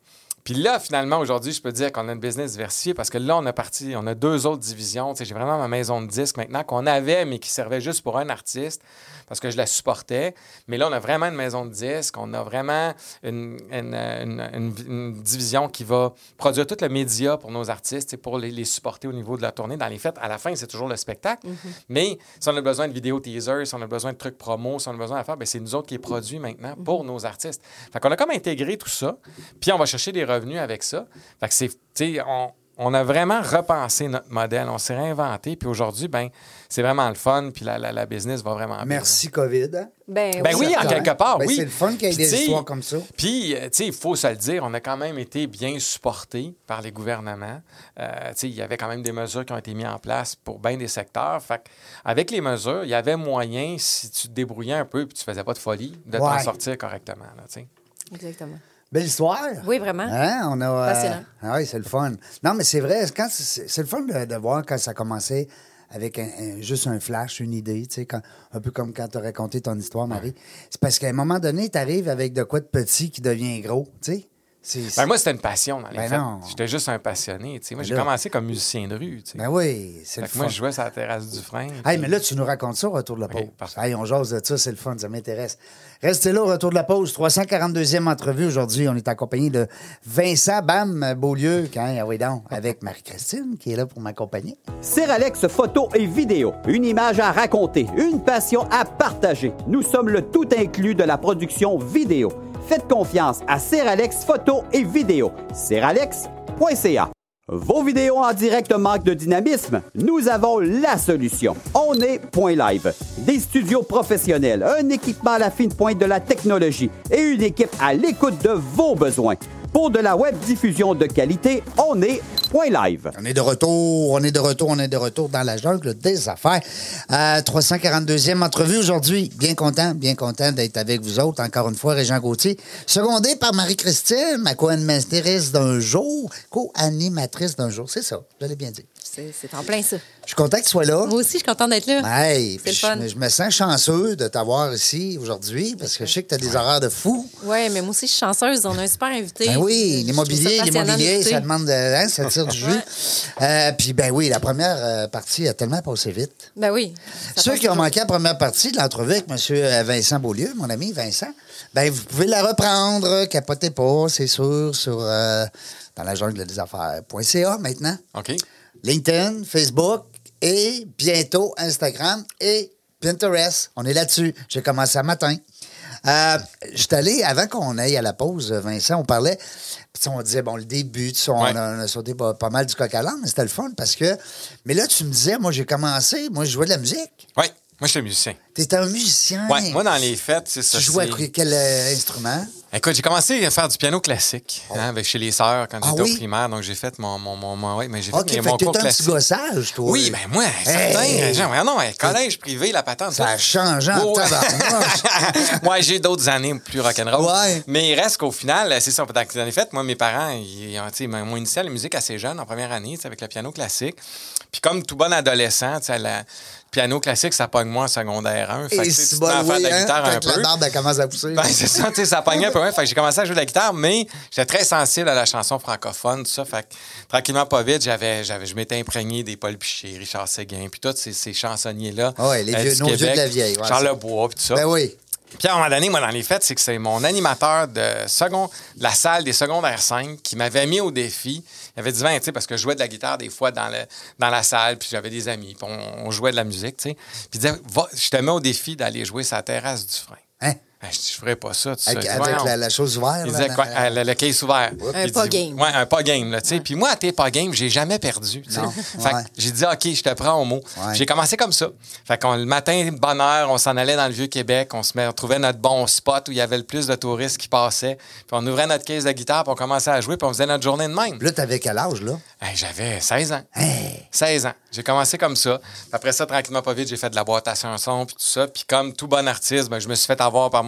Puis là, finalement, aujourd'hui, je peux dire qu'on a une business diversifiée parce que là, on a parti, on a deux autres divisions. Tu sais, j'ai vraiment ma maison de disques maintenant qu'on avait, mais qui servait juste pour un artiste parce que je la supportais. Mais là, on a vraiment une maison de disques. On a vraiment une, une, une, une, une division qui va produire tout le média pour nos artistes, tu sais, pour les, les supporter au niveau de la tournée. Dans les fêtes, à la fin, c'est toujours le spectacle. Mm-hmm. Mais si on a besoin de vidéos teasers, si on a besoin de trucs promo, si on a besoin de faire, bien, c'est nous autres qui est produit maintenant mm-hmm. pour nos artistes. Fait qu'on a comme intégré tout ça. Puis on va chercher des revenus avec ça. Fait que c'est, tu sais, on, on a vraiment repensé notre modèle. On s'est réinventé. Puis aujourd'hui, ben c'est vraiment le fun. Puis la, la, la business va vraiment bien. Merci, COVID. Hein? Ben, ben oui, oui en quelque part, ben, oui. C'est le fun qu'il y ait des histoires comme ça. Puis, tu sais, il faut se le dire, on a quand même été bien supportés par les gouvernements. Euh, tu sais, il y avait quand même des mesures qui ont été mises en place pour bien des secteurs. Fait avec les mesures, il y avait moyen, si tu te débrouillais un peu et tu faisais pas de folie, de ouais. t'en sortir correctement. Là, t'sais. Exactement. Belle histoire. Oui, vraiment. Hein? On a, Passionnant. Euh, oui, c'est le fun. Non, mais c'est vrai, quand c'est, c'est le fun de, de voir quand ça commençait avec un, un, juste un flash, une idée, tu sais, quand, un peu comme quand tu as raconté ton histoire, Marie. Ouais. C'est parce qu'à un moment donné, tu arrives avec de quoi de petit qui devient gros, tu sais. C'est, c'est... Ben moi, c'était une passion dans les ben fêtes. Non. J'étais juste un passionné. T'sais. Moi, ben j'ai là... commencé comme musicien de rue. T'sais. Ben oui, c'est fait le que fun. Moi, je jouais sur la terrasse du frein. Hey, mais là, tu nous racontes ça au retour de la pause. Okay, hey, on jase de ça, c'est le fun, ça m'intéresse. Restez là au retour de la pause. trois cent quarante-deuxième entrevue aujourd'hui. On est accompagné de Vincent Bam Beaulieu, hein, ah oui donc, avec Marie-Christine qui est là pour m'accompagner. Seralex photo et vidéo. Une image à raconter, une passion à partager. Nous sommes le tout inclus de la production vidéo. Faites confiance à Seralex photo et vidéo. seralex point c a. Vos vidéos en direct manquent de dynamisme? Nous avons la solution. On est Point Live. Des studios professionnels, un équipement à la fine pointe de la technologie et une équipe à l'écoute de vos besoins. Pour de la web diffusion de qualité, on est Point Live. On est de retour, on est de retour, on est de retour dans la jungle des affaires. Euh, trois cent quarante-deuxième entrevue aujourd'hui. Bien content, bien content d'être avec vous autres. Encore une fois, Régent Gauthier, secondé par Marie-Christine, ma co-animatrice d'un jour. Co-animatrice d'un jour, c'est ça, vous allez bien dire. C'est, c'est en plein ça. Je suis content que tu sois là. Moi aussi, je suis contente d'être là. Hey, c'est le fun. Je, je me sens chanceux de t'avoir ici aujourd'hui parce que je sais que tu as des horaires de fou. Oui, mais moi aussi, je suis chanceuse. On a un super invité. Ben oui, l'immobilier, l'immobilier, ça demande de. Hein, ça tire du jus. Ouais. Euh, puis, ben oui, la première euh, partie a tellement passé vite. Ben oui. Ceux qui ont manqué la première partie de l'entrevue avec M. Vincent Beaulieu, mon ami Vincent, ben vous pouvez la reprendre. Capotez pas, c'est sûr, sur euh, dans la jungle des affaires.ca maintenant. OK. LinkedIn, Facebook et bientôt Instagram et Pinterest. On est là-dessus. J'ai commencé un matin. Euh, je suis allé, avant qu'on aille à la pause, Vincent, on parlait, puis on disait, bon, le début, tu sais, on, ouais. a, on a sauté pas, pas mal du coq à l'âne, mais c'était le fun parce que... Mais là, tu me disais, moi, j'ai commencé, moi, je jouais de la musique. Oui, moi, j'étais musicien. T'étais un musicien. Oui, moi, dans les fêtes, c'est ça. Tu jouais c'est... à quel euh, instrument? Écoute, j'ai commencé à faire du piano classique oh. hein, avec chez les sœurs quand ah, j'étais oui? au primaire. Donc, j'ai fait mon... mon, mon, mon oui, mais j'ai okay, fait, fait mon que cours t'es un classique. petit gossage, toi. Oui, bien moi, hey. certain. Genre, non, collège privé, la patente. Ça a changé en oh. tabarnouche. Moi, j'ai d'autres années plus rock'n'roll. Ouais. Mais il reste qu'au final, c'est ça. Dans les fêtes, moi, mes parents, ils m'ont initié à la musique assez jeune, en première année, avec le piano classique. Puis comme tout bon adolescent, tu sais, le piano classique, ça pogne moi en secondaire un. Fait que, tu peux en faire de la guitare un peu. La barbe, elle commence à pousser. Ben, c'est ça, tu sais, ça pognait un peu. Fait que j'ai commencé à jouer de la guitare, mais j'étais très sensible à la chanson francophone, tout ça. Fait que tranquillement, pas vite, j'avais, j'avais, je m'étais imprégné des Paul Piché, Richard Séguin, puis tous ces, ces chansonniers-là. Oui, les vieux, nos vieux de la vieille. Ouais, Charles Lebois, puis tout ça. Ben oui. Puis à un moment donné, moi, dans les fêtes, c'est que c'est mon animateur de, second, de la salle des secondaires cinq qui m'avait mis au défi. Il avait dit, ben, tu sais, parce que je jouais de la guitare des fois dans, le, dans la salle, puis j'avais des amis, puis on, on jouait de la musique, tu sais. Puis il disait, va, je te mets au défi d'aller jouer sur la terrasse du frein. Hein? Ben, je dis, je ferais pas ça. Tu avec sais. avec la, la chose ouverte. Il disait, là, quoi, la... le, le case ouvert. Un pas game. Ouais, un pas game, là, tu sais. Puis moi, à tes pas game, j'ai jamais perdu, tu sais. Fait que ouais. j'ai dit, OK, je te prends au mot. Ouais. J'ai commencé comme ça. Fait qu'on, le matin, de bonne heure, on s'en allait dans le Vieux-Québec, on se met, on trouvait notre bon spot où il y avait le plus de touristes qui passaient. Puis on ouvrait notre caisse de guitare, puis on commençait à jouer, puis on faisait notre journée de même. Là, t'avais quel âge, là? Hey, j'avais seize ans. Hey. seize ans. J'ai commencé comme ça. Après ça, tranquillement, pas vite, j'ai fait de la boîte à chansons, puis tout ça. Puis comme tout bon artiste, ben, je me suis fait avoir par mon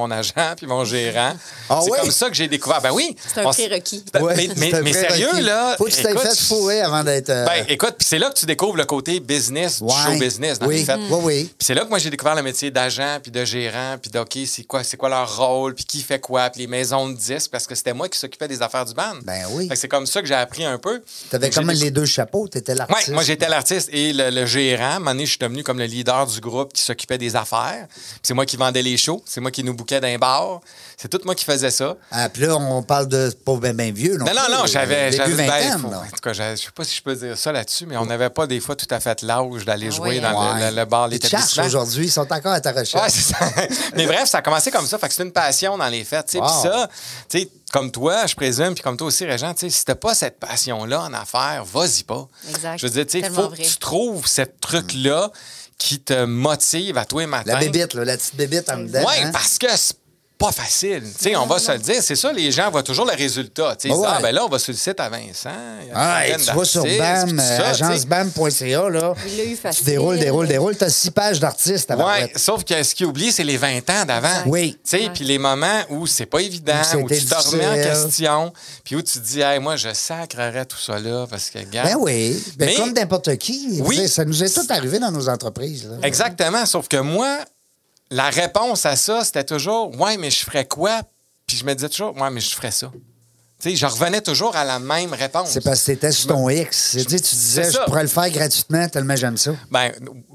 mon agent puis mon gérant. Ah c'est oui? comme ça que j'ai découvert. Ben oui. C'est un on- prérequis. Ben, Ouais, mais mais, c'est un mais prérequis. sérieux, là. Faut que tu t'aies écoute, fait fourrer avant d'être. euh, Ben, écoute, puis c'est là que tu découvres le côté business, ouais. du show business, dans oui. les fêtes. Oui, oui. Puis c'est là que moi, j'ai découvert le métier d'agent, puis de gérant, puis de, OK, c'est quoi, c'est quoi leur rôle, puis qui fait quoi, puis les maisons de disques, parce que c'était moi qui s'occupais des affaires du band. Ben oui. Fait que c'est comme ça que j'ai appris un peu. T'avais J'ai comme décou- les deux chapeaux. T'étais Oui, l'artiste. moi, j'étais l'artiste et le, le gérant. À un moment donné, je suis devenu comme le leader du groupe qui s'occupait des affaires. Puis c'est moi qui vendais les shows. C'est moi qui nous bouquais d'un bar. C'est tout moi qui faisais ça. Ah, puis là, on parle de pas bien ben vieux. Non, Non, non, plus, non, euh, j'avais. Début j'avais ben, vingtaine. faut- là. en tout cas, j'avais- je sais pas si je peux dire ça là-dessus, mais on n'avait pas des fois tout à fait l'âge d'aller Ah jouer oui, dans Ouais. le, le- le bar, Ils te cherchent l'établissement. aujourd'hui. Ils sont encore à ta recherche. Ouais, c'est ça. Mais bref, ça a commencé comme ça. Fait que c'est une passion dans les fêtes. tu sais. Puis Wow. ça, tu sais, comme toi, je présume, puis comme toi aussi, Régent, tu sais, si t'as pas cette passion-là en affaires, vas-y pas. Exact. Je veux dire, tu sais, il Tellement faut vrai. que tu trouves ce truc-là qui te motive à toi et matin. La bébite, là, la petite bébite en dedans. Oui, hein? parce que c'est pas facile. Tu sais, on va se le dire. C'est ça, les gens voient toujours le résultat. Tu sais, ils se disent, Ouais. ah, ben là, on va sur le site à Vincent. il y a une Ah, et centaine tu vas sur d'artistes, BAM, puis tout euh, ça, tu sais. agence bam point c a, là. Il l'a eu facile. Tu déroules, déroules, déroules. T'as six pages d'artistes à Oui, sauf que ce qu'il oublie, c'est les vingt ans d'avant. Oui. Tu sais, Ouais. puis les moments où c'est pas évident, Où où c'était tu te remets en difficile. question, puis où tu te dis, hey, moi, je sacrerais tout ça là, parce que, regarde. Ben oui. Ben, Mais- comme n'importe qui. Oui. Vous savez, Ça nous est tout arrivé dans nos entreprises. Là. Exactement, sauf que moi, la réponse à ça, c'était toujours, ouais, mais je ferais quoi? Puis je me disais toujours, ouais, mais je ferais ça. Tu sais, je revenais toujours à la même réponse. C'est parce que c'était sur ton X. C'est dit, tu disais, C'est je ça. pourrais le faire gratuitement tellement j'aime ça. Ben,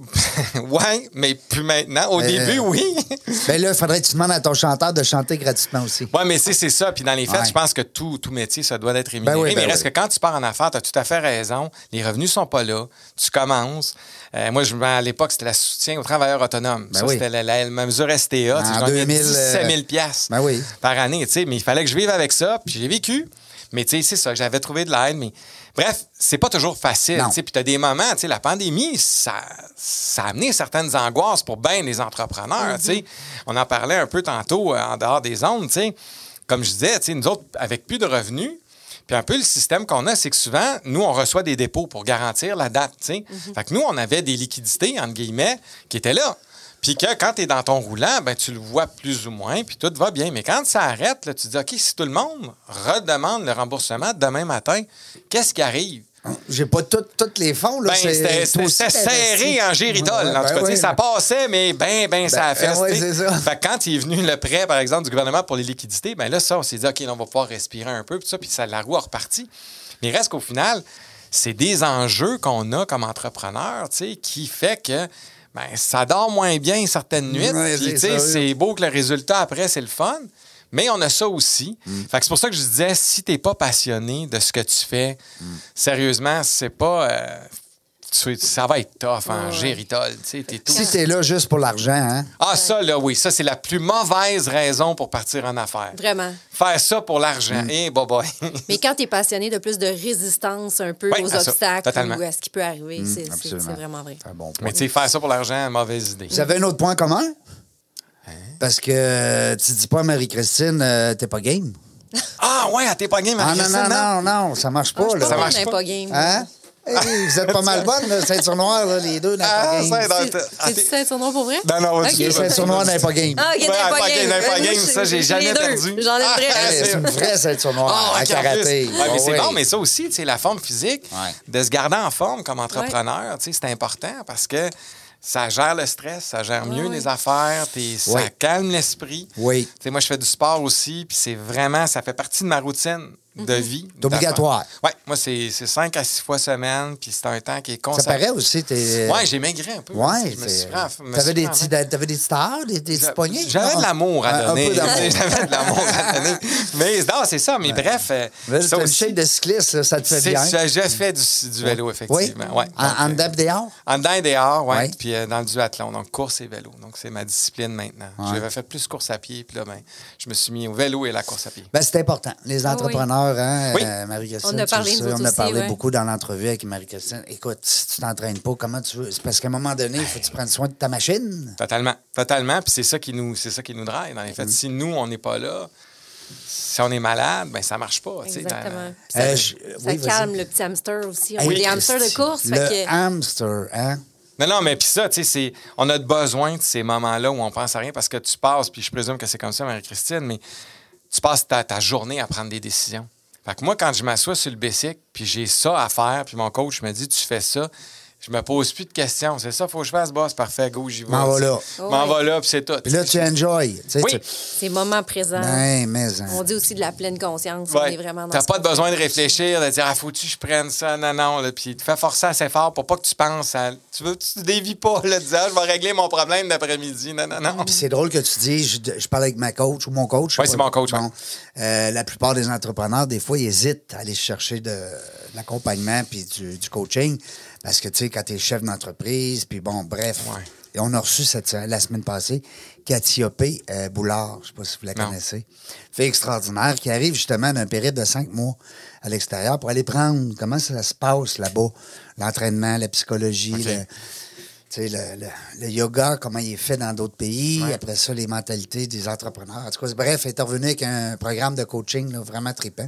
ouais, mais plus maintenant. Au Euh, début, oui. Ben là, il faudrait que tu demandes à ton chanteur de chanter gratuitement aussi. Oui, mais c'est c'est ça. Puis dans les fêtes, Ouais. je pense que tout, tout métier, ça doit être rémunéré. Ben oui, ben mais il reste oui. que quand tu pars en affaires, tu as tout à fait raison. Les revenus sont pas là. Tu commences. Euh, moi, je, à l'époque, c'était le soutien aux travailleurs autonomes. Ben ça, oui. c'était la, la- ma mesure S T A. En Tu sais, je gagnais deux mille, dix-sept mille piastres ben oui. par année. tu sais. Mais il fallait que je vive avec ça. Puis j'ai vécu. Mais tu sais, c'est ça. J'avais trouvé de l'aide. Mais bref, c'est pas toujours facile. Non. tu sais. Puis tu as des moments, tu sais, la pandémie, ça, ça a amené certaines angoisses pour bien des entrepreneurs. tu sais. On en parlait un peu tantôt euh, en dehors des ondes. tu sais. Comme je disais, tu sais, nous autres, avec plus de revenus, puis un peu le système qu'on a, c'est que souvent, nous, on reçoit des dépôts pour garantir la date. tu sais. Fait que nous, on avait des liquidités, entre guillemets, qui étaient là. Puis que quand tu es dans ton roulant, ben, tu le vois plus ou moins, puis tout va bien. Mais quand ça arrête, là, tu te dis, OK, si tout le monde redemande le remboursement demain matin, qu'est-ce qui arrive? J'ai pas tous les fonds. Là, Ben, c'est- c'était toi c'était- aussi, c'était t'avais serré investi. en géritol. Ouais, en tout ben cas, tu sais, oui. ça passait, mais ben, ben, ça a fait. Ben, ouais, tu sais. c'est ça. Fait que quand il est venu le prêt, par exemple, du gouvernement pour les liquidités, ben là, ça, on s'est dit, OK, là, on va pouvoir respirer un peu, puis ça, puis ça, la roue a reparti. Mais il reste qu'au final, c'est des enjeux qu'on a comme entrepreneur, tu sais, qui fait que ben, ça dort moins bien certaines nuits. Ouais, Puis, c'est tu sais, ça, oui. c'est beau que le résultat après, c'est le fun. Mais on a ça aussi. Mm. Fait que c'est pour ça que je disais, si t'es pas passionné de ce que tu fais, sérieusement, c'est pas... euh, tu- ça va être tough en géritol. Tu sais, t'es tout... Si t'es là juste pour l'argent, hein? Ah, ça, là, oui. Ça, c'est la plus mauvaise raison pour partir en affaires. Vraiment. Faire ça pour l'argent. Eh, bye bye. Mais quand tu es passionné de plus de résistance un peu Oui, aux à ça, obstacles totalement. ou à ce qui peut arriver, c'est- c'est absolument. c'est vraiment vrai. C'est un bon point. Mais tu sais, faire ça pour l'argent, mauvaise idée. Vous avez un autre point commun? Hein? Parce que euh, tu dis pas à Marie-Christine, euh, t'es pas game. Ah, ouais, t'es pas game, Ah non, Marie-Christine, non, non, non, ça marche pas. Ah, je là. pense marche qu'on n'est pas. pas game. Hein? Hey, vous êtes pas mal bonnes, là, ceinture noire, là, les deux, dans Ah, pas ça, game. dans- C'est- ah, C'est-tu t'es- ceinture noire pour vrai? Non, non, Ok. vas-y. Les ceintures noires n'est pas game. Ah, il Ouais, n'est pas pas game. game, n'est pas Euh, moi, game, je- ça, j'ai les jamais deux. perdu. J'enlèverais Ah, un. Hey, c'est une vraie ceinture noire Ah, à ok, en plus. karaté. Ouais, mais Ah, c'est oui. bon, mais ça aussi, tu sais, la forme physique, Ouais. de se garder en forme comme entrepreneur, tu sais, c'est important parce que ça gère le stress, ça gère mieux Ouais. les affaires, t'es- ça Ouais. calme l'esprit. Oui. Tu sais, moi, je fais du sport aussi, puis c'est vraiment, ça fait partie de ma routine de vie. C'est obligatoire. Oui, moi, c'est c'est cinq à six fois semaine, puis c'est un temps qui est Ça consacré. paraît aussi, t'es... Oui, j'ai maigri un peu. Ouais, je me c'est- suis pris en- me T'avais suis des pris en petits, main. t'avais des petites heures, des, des petits poignets? J'avais non? de l'amour à Un- donner. Un peu d'amour. J'avais de l'amour à donner. Mais non, c'est ça. Mais bref, euh, Là, ça t'as une aussi, shape de cycliste, là, ça te fait c'est- bien. je, je fais du, du vélo, Oui? effectivement. Ouais. En, Donc, en euh, dedans pis dehors? en dedans et dehors, oui. Ouais. Puis euh, dans le duathlon, donc course et vélo. Donc, c'est ma discipline maintenant. Ouais. J'avais fait plus course à pied, puis là, ben, je me suis mis au vélo et la course à pied. Ben, c'est important. Les Ah entrepreneurs, hein, Oui. euh, Marie-Christine, On a tu parlé, le sais, nous autres on a aussi, parlé ouais. beaucoup dans l'entrevue avec Marie-Christine. Écoute, si tu t'entraînes pas, comment tu veux? C'est parce qu'à un moment donné, il faut que tu prennes soin de ta machine. Totalement. Totalement. Puis c'est ça qui nous, c'est ça qui nous drive, dans les Mm. faits. Si nous, on n'est pas là, si on est malade, ben ça marche pas. tu sais, dans- Exactement. Puis Euh, Ça, je- ça oui, vas-y. calme le petit hamster aussi. On Hey, est des hamsters de Christy, course. Le Fait que hamster, hein? Non, non, mais puis ça, tu sais, c'est... on a besoin de ces moments-là où on pense à rien parce que tu passes, puis je présume que c'est comme ça, Marie-Christine, mais tu passes ta, ta journée à prendre des décisions. Fait que moi, quand je m'assois sur le bicycle, puis j'ai ça à faire, puis mon coach me dit, tu fais ça, je me pose plus de questions. C'est ça, faut que je fasse, boss, parfait, go, j'y vais. M'en va là. M'en va là, puis c'est tout. Puis là, tu enjoy. Tu sais, Oui. tu- C'est moment présent. Ben, mais... hein. On dit aussi de la pleine conscience. On Ouais. est vraiment dans T'as ce pas de besoin de concept. réfléchir, de dire, ah, faut-tu que je prenne ça? Non, non. Là, puis tu fais forcer assez fort pour pas que tu penses à. Tu veux, tu dévies pas, là, de dire, ah, je vais régler mon problème d'après-midi. Non, non, non. Puis c'est drôle que tu dis, je, je parle avec ma coach ou mon coach. je sais Ouais, pas. c'est mon coach, Bon. ouais. Euh, la plupart des entrepreneurs, des fois, ils hésitent à aller chercher de, de l'accompagnement puis du, du coaching parce que, tu sais, quand tu es chef d'entreprise, puis bon, bref. Ouais. Et on a reçu cette, la semaine passée Cathy euh, Boulard, je sais pas si vous la Non. connaissez, fille extraordinaire qui arrive justement d'un périple de cinq mois à l'extérieur pour aller prendre comment ça se passe là-bas, l'entraînement, la psychologie, OK. le, tu sais, le, le, le yoga, comment il est fait dans d'autres pays. Ouais. Après ça, les mentalités des entrepreneurs. En tout cas, bref, elle est revenue avec un programme de coaching là, vraiment trippant.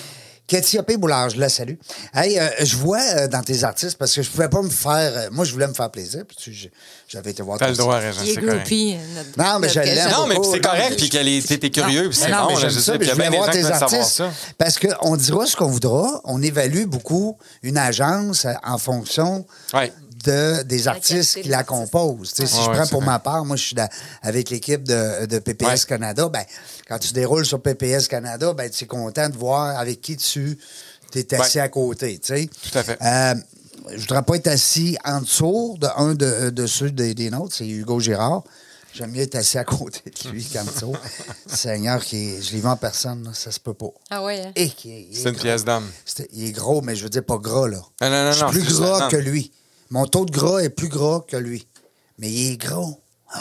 Cathy Boulard, je la salue. Hey, euh, je vois euh, dans tes artistes, parce que je pouvais pas me faire... euh, moi, je voulais me faire plaisir, puis tu- je- j'avais été voir T'as ton le droit, site. Régent, Il est c'est correct. groupie. notre- Non, mais notre je l'aime. question. Non, mais beaucoup. c'est Non, correct, mais- puis qu'elle est- t'es curieux, puis c'est Non, bon. mais là, j'aime je ça, sais, mais puis il y je a voulais bien des voir gens qui tes veulent savoir artistes. ça. Parce qu'on dira ce qu'on voudra, on évalue beaucoup une agence euh, en fonction Ouais. de, des artistes qualité qui des la artistes. composent. Tu sais, si Ouais, je ouais, prends c'est pour vrai. ma part, moi, je suis dans- avec l'équipe de, de P P S Ouais. Canada, ben, quand tu déroules sur P P S Canada, ben, tu es content de voir avec qui tu es assis Ouais. à côté. Tu sais. Tout à fait. Euh, je voudrais pas être assis en dessous de un de, de ceux des, des nôtres, c'est Hugo Girard. J'aime mieux être assis à côté de lui qu'en dessous. Seigneur, qui est- je l'ai vu en personne, là, ça se peut pas. Ah ouais. hein? Et qui est- il est C'est une gros. pièce d'homme. C'est- Il est gros, mais je veux dire pas gras, là. Non, non, non, je suis non, plus c'est juste- gras non. que lui. Mon taux de gras est plus gras que lui. Mais il est gros.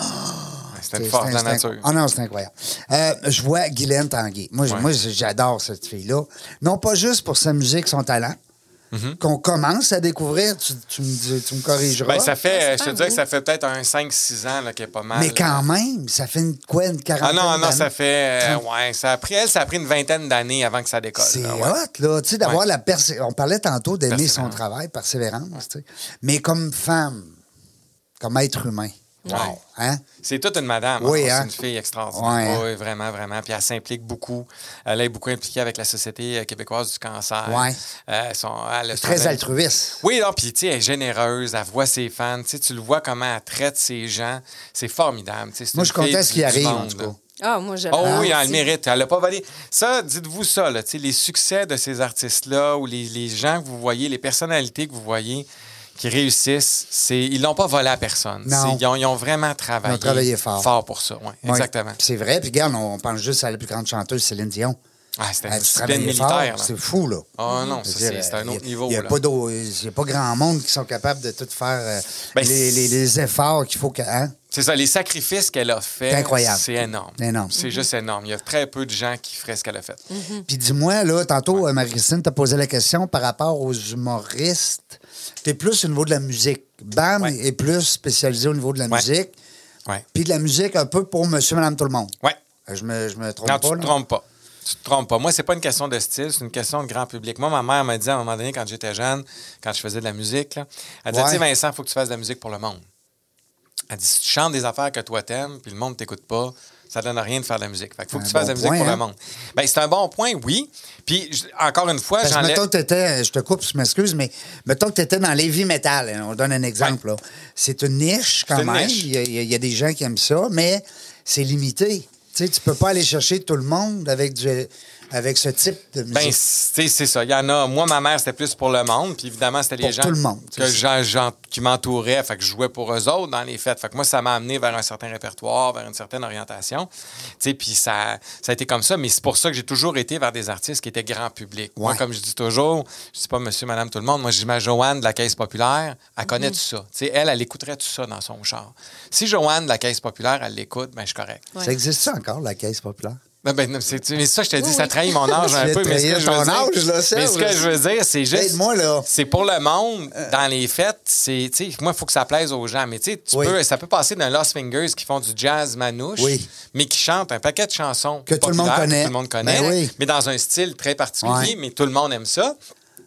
C'était une force de la c'est nature. incroyable. Ah non, c'est incroyable. Euh, je vois Guylaine Tanguay. Moi, j- Ouais. moi, j'adore cette fille-là. Non pas juste pour sa musique, son talent, Mm-hmm. qu'on commence à découvrir. Tu, tu me, dis- tu me corrigeras. Ben, ça fait, Ah, je te c'est dirais pas que ça fait peut-être un cinq six ans là, qu'elle est pas mal. Mais là. quand même, ça fait une, quoi, une Ah quarantaine non, non, d'années? ça fait. euh, ouais, ça a pris, elle, ça a pris une vingtaine d'années avant que ça décolle. C'est là, ouais. hot, là. Tu sais, d'avoir Ouais. la persé... On parlait tantôt d'aimer son Persévérance. travail, persévérance, tu sais. Mais comme femme, comme être humain. Wow. Ouais. Hein? C'est toute une madame. Oui, hein. hein? C'est une fille extraordinaire. Ouais, hein? Oui, vraiment, vraiment. Puis elle s'implique beaucoup. Elle est beaucoup impliquée avec la Société euh, québécoise du cancer. Ouais. Euh, elles sont- elle a Très son- altruiste. Oui, non, puis tu sais, elle est généreuse, elle voit ses fans, tu sais, tu le vois comment elle traite ses gens, c'est formidable. tu sais, c'est Moi, une je suis content fille ce du- qui du arrive, en monde, tout là. cas. Ah, moi, je Oh oui, l'aime elle aussi. le mérite. Elle n'a pas volé. Ça, dites-vous ça, là, tu sais, les succès de ces artistes-là ou les, les gens que vous voyez, les personnalités que vous voyez qui réussissent, c'est ils l'ont pas volé à personne. Non. C'est- Ils ont, ils ont vraiment travaillé, Ils ont travaillé fort. fort pour ça. Ouais, Ouais. exactement. Puis c'est vrai. Puis regarde, on pense juste à la plus grande chanteuse, Céline Dion. Ah, c'était Elle une a discipline travaillé fort. militaire. là. C'est fou, là. Ah non, Je ça, veux c'est dire, c'est un il y a- autre niveau. Il n'y a, là. pas d'au- il y a pas grand monde qui sont capables de tout faire euh, Ben, les, les- les efforts qu'il faut que. Hein? C'est ça, les sacrifices qu'elle a fait, C'est incroyable. c'est énorme. Énorme. C'est juste énorme. Il y a très peu de gens qui feraient ce qu'elle a fait. Puis dis-moi, là, tantôt, euh, Marie-Christine t'a posé la question par rapport aux humoristes. Tu es plus au niveau de la musique. Bam Ouais. est plus spécialisé au niveau de la Ouais. musique. Ouais. Puis de la musique un peu pour monsieur, madame, tout le monde. Ouais. Euh, Je me, je me trompe Non, pas, tu là? te trompes pas. Tu te trompes pas. Moi, c'est pas une question de style, c'est une question de grand public. Moi, ma mère m'a dit à un moment donné, quand j'étais jeune, quand je faisais de la musique, là, elle disait, Ouais. tu sais, Vincent, il faut que tu fasses de la musique pour le monde. Elle dit, si tu chantes des affaires que toi t'aimes, puis le monde t'écoute pas, ça donne rien de faire de la musique. Fait qu'il faut que Un tu fasses de la bon musique point, pour hein? le monde. Ben, c'est un bon point, oui. Puis, je- encore une fois, Parce que j'enlève... mettons que tu étais, je te coupe, je m'excuse, mais mettons que tu étais dans l'heavy metal, hein, on donne un exemple. là. C'est une niche quand C'est une même. niche. Il y, a, il y a- il y a des gens qui aiment ça, mais c'est limité. Tu sais, tu peux pas aller chercher tout le monde avec, du, avec ce type de musique. Ben, c'est c'est ça. Il y en a. Moi, ma mère, c'était plus pour le monde. Puis évidemment, c'était les Pour gens tout le monde, que c'est j'en- j'en- qui m'entouraient. Fait que je jouais pour eux autres dans les fêtes. Fait que moi, ça m'a amené vers un certain répertoire, vers une certaine orientation. Tu sais, puis ça, ça a été comme ça. Mais c'est pour ça que j'ai toujours été vers des artistes qui étaient grand public. Moi, Ouais. comme je dis toujours, je dis pas monsieur, madame, tout le monde. Moi, je dis ma Joanne de la Caisse populaire, elle connaît tout ça. Tu sais, elle, elle écouterait tout ça dans son char. Si Joanne de la Caisse populaire, elle l'écoute, ben je suis correct. Ouais. Ça existe ça encore, la caisse populaire? Ben, ben, non, c'est, mais ça, je te dis, Oui, ça oui. trahit mon âge Tu un viens peu. de Mais ce que trahir je veux ton dire, âge, là, mais Serge. ce que je veux dire, c'est juste. Aide-moi, là. C'est pour le monde, dans les fêtes, c'est, tu sais, moi, il faut que ça plaise aux gens. Mais tu sais, tu Oui. peux, ça peut passer d'un Lost Fingers qui font du jazz manouche, Oui. mais qui chantent un paquet de chansons Que tout le monde populaires, connaît. que tout le monde connaît, Ben oui. mais dans un style très particulier, Ouais. mais tout le monde aime ça.